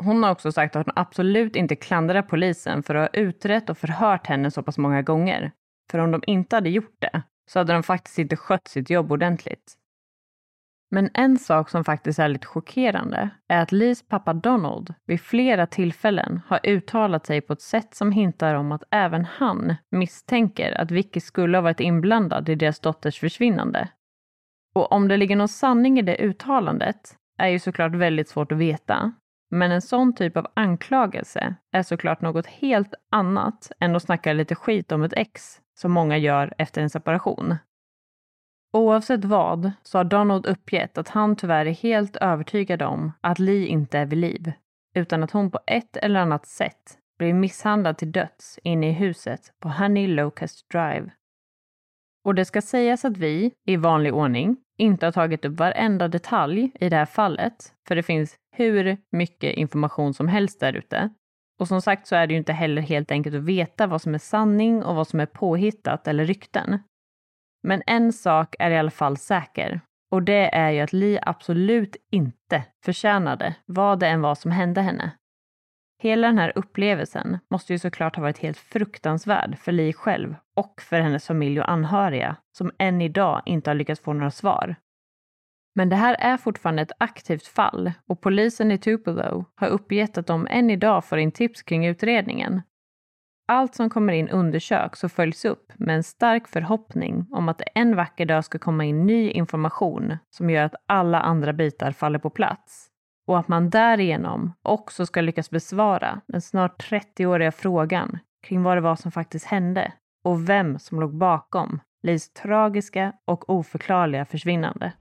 Hon har också sagt att hon absolut inte klandrar polisen för att ha utrett och förhört henne så pass många gånger. För om de inte hade gjort det så hade de faktiskt inte skött sitt jobb ordentligt. Men en sak som faktiskt är lite chockerande är att Lees pappa Donald vid flera tillfällen har uttalat sig på ett sätt som hintar om att även han misstänker att Vicky skulle ha varit inblandad i deras dotters försvinnande. Och om det ligger någon sanning i det uttalandet är ju såklart väldigt svårt att veta. Men en sån typ av anklagelse är såklart något helt annat än att snacka lite skit om ett ex som många gör efter en separation. Oavsett vad så har Donald uppgett att han tyvärr är helt övertygad om att Lee inte är vid liv, utan att hon på ett eller annat sätt blev misshandlad till döds inne i huset på Honey Locust Drive. Och det ska sägas att vi, i vanlig ordning, inte har tagit upp varenda detalj i det här fallet, för det finns hur mycket information som helst där ute. Och som sagt så är det ju inte heller helt enkelt att veta vad som är sanning och vad som är påhittat eller rykten. Men en sak är i alla fall säker, och det är ju att Lee absolut inte förtjänade vad det än var som hände henne. Hela den här upplevelsen måste ju såklart ha varit helt fruktansvärd för Lee själv och för hennes familj och anhöriga som än idag inte har lyckats få några svar. Men det här är fortfarande ett aktivt fall och polisen i Tupelo har uppgett att de än idag får in tips kring utredningen. Allt som kommer in undersöks och följs upp med en stark förhoppning om att det en vacker dag ska komma in ny information som gör att alla andra bitar faller på plats. Och att man därigenom också ska lyckas besvara den snart 30-åriga frågan kring vad det var som faktiskt hände och vem som låg bakom Lees tragiska och oförklarliga försvinnande.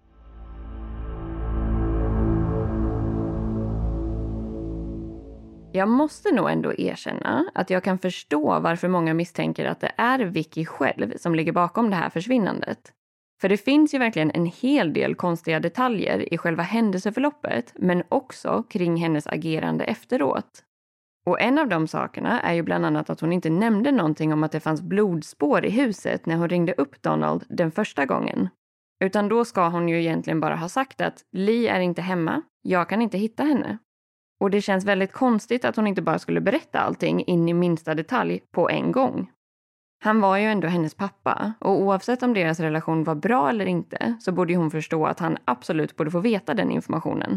Jag måste nog ändå erkänna att jag kan förstå varför många misstänker att det är Vicky själv som ligger bakom det här försvinnandet. För det finns ju verkligen en hel del konstiga detaljer i själva händelseförloppet, men också kring hennes agerande efteråt. Och en av de sakerna är ju bland annat att hon inte nämnde någonting om att det fanns blodspår i huset när hon ringde upp Donald den första gången. Utan då ska hon ju egentligen bara ha sagt att Lee är inte hemma, jag kan inte hitta henne. Och det känns väldigt konstigt att hon inte bara skulle berätta allting in i minsta detalj på en gång. Han var ju ändå hennes pappa och oavsett om deras relation var bra eller inte så borde hon förstå att han absolut borde få veta den informationen.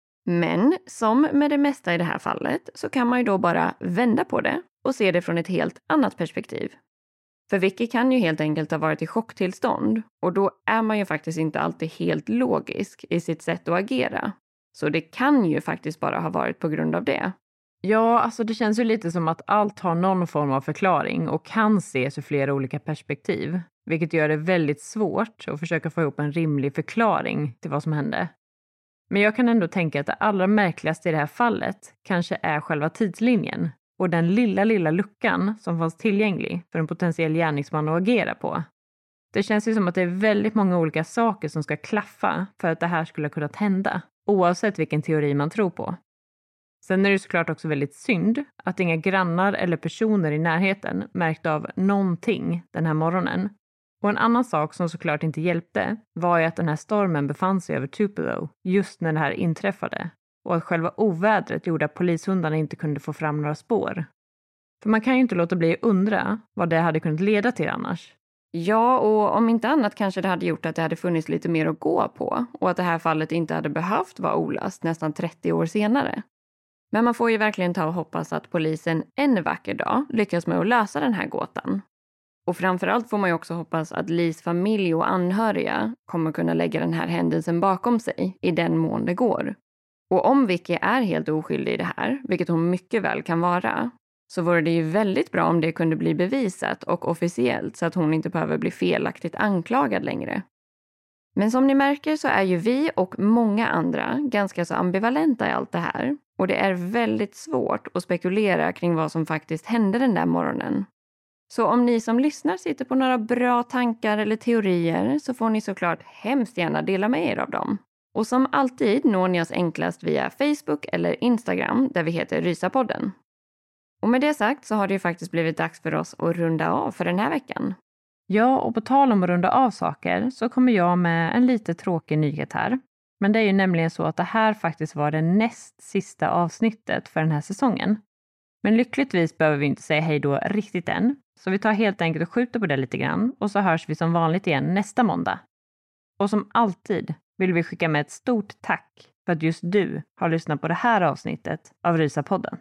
Men som med det mesta i det här fallet så kan man ju då bara vända på det och se det från ett helt annat perspektiv. För Vicky kan ju helt enkelt ha varit i chocktillstånd och då är man ju faktiskt inte alltid helt logisk i sitt sätt att agera. Så det kan ju faktiskt bara ha varit på grund av det. Ja, alltså det känns ju lite som att allt har någon form av förklaring och kan ses ur flera olika perspektiv. Vilket gör det väldigt svårt att försöka få ihop en rimlig förklaring till vad som hände. Men jag kan ändå tänka att det allra märkligaste i det här fallet kanske är själva tidslinjen. Och den lilla luckan som fanns tillgänglig för en potentiell gärningsman att agera på. Det känns ju som att det är väldigt många olika saker som ska klaffa för att det här skulle ha kunnat hända. Oavsett vilken teori man tror på. Sen är det såklart också väldigt synd att inga grannar eller personer i närheten märkte av någonting den här morgonen. Och en annan sak som såklart inte hjälpte var ju att den här stormen befann sig över Tupelo just när det här inträffade. Och att själva ovädret gjorde att polishundarna inte kunde få fram några spår. För man kan ju inte låta bli att undra vad det hade kunnat leda till annars. Ja, och om inte annat kanske det hade gjort att det hade funnits lite mer att gå på och att det här fallet inte hade behövt vara olöst nästan 30 år senare. Men man får ju verkligen ta och hoppas att polisen en vacker dag lyckas med att lösa den här gåtan. Och framförallt får man ju också hoppas att Lees familj och anhöriga kommer kunna lägga den här händelsen bakom sig i den mån det går. Och om Vicky är helt oskyldig i det här, vilket hon mycket väl kan vara, så vore det ju väldigt bra om det kunde bli bevisat och officiellt så att hon inte behöver bli felaktigt anklagad längre. Men som ni märker så är ju vi och många andra ganska så ambivalenta i allt det här. Och det är väldigt svårt att spekulera kring vad som faktiskt hände den där morgonen. Så om ni som lyssnar sitter på några bra tankar eller teorier så får ni såklart hemskt gärna dela med er av dem. Och som alltid når ni oss enklast via Facebook eller Instagram där vi heter Rysapodden. Och med det sagt så har det ju faktiskt blivit dags för oss att runda av för den här veckan. Ja, och på tal om att runda av saker så kommer jag med en lite tråkig nyhet här. Men det är ju nämligen så att det här faktiskt var det näst sista avsnittet för den här säsongen. Men lyckligtvis behöver vi inte säga hej då riktigt än. Så vi tar helt enkelt och skjuter på det lite grann. Och så hörs vi som vanligt igen nästa måndag. Och som alltid vill vi skicka med ett stort tack för att just du har lyssnat på det här avsnittet av Rysapodden.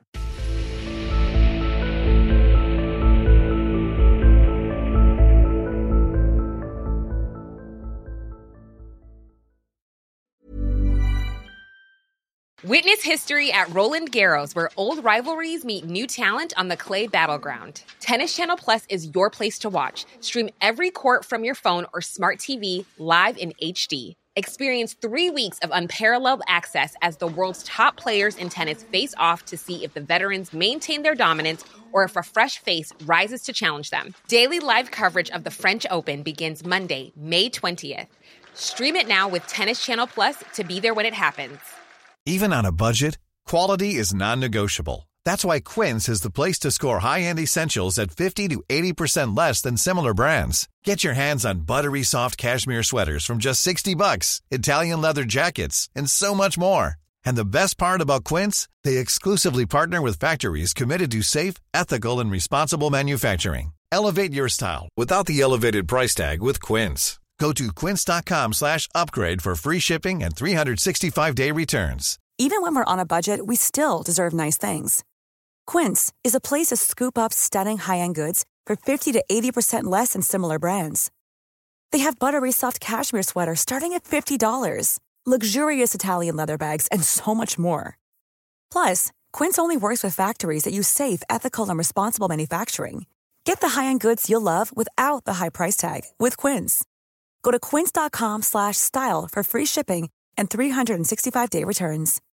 Witness history at Roland Garros, where old rivalries meet new talent on the clay battleground. Tennis Channel Plus is your place to watch. Stream every court from your phone or smart TV live in HD. Experience 3 weeks of unparalleled access as the world's top players in tennis face off to see if the veterans maintain their dominance or if a fresh face rises to challenge them. Daily live coverage of the French Open begins Monday, May 20th. Stream it now with Tennis Channel Plus to be there when it happens. Even on a budget, quality is non-negotiable. That's why Quince is the place to score high-end essentials at 50 to 80% less than similar brands. Get your hands on buttery soft cashmere sweaters from just $60, Italian leather jackets, and so much more. And the best part about Quince, they exclusively partner with factories committed to safe, ethical, and responsible manufacturing. Elevate your style without the elevated price tag with Quince. Go to quince.com/upgrade for free shipping and 365-day returns. Even when we're on a budget, we still deserve nice things. Quince is a place to scoop up stunning high-end goods for 50 to 80% less than similar brands. They have buttery soft cashmere sweaters starting at $50, luxurious Italian leather bags, and so much more. Plus, Quince only works with factories that use safe, ethical, and responsible manufacturing. Get the high-end goods you'll love without the high price tag with Quince. Go to quince.com/style for free shipping and 365-day returns.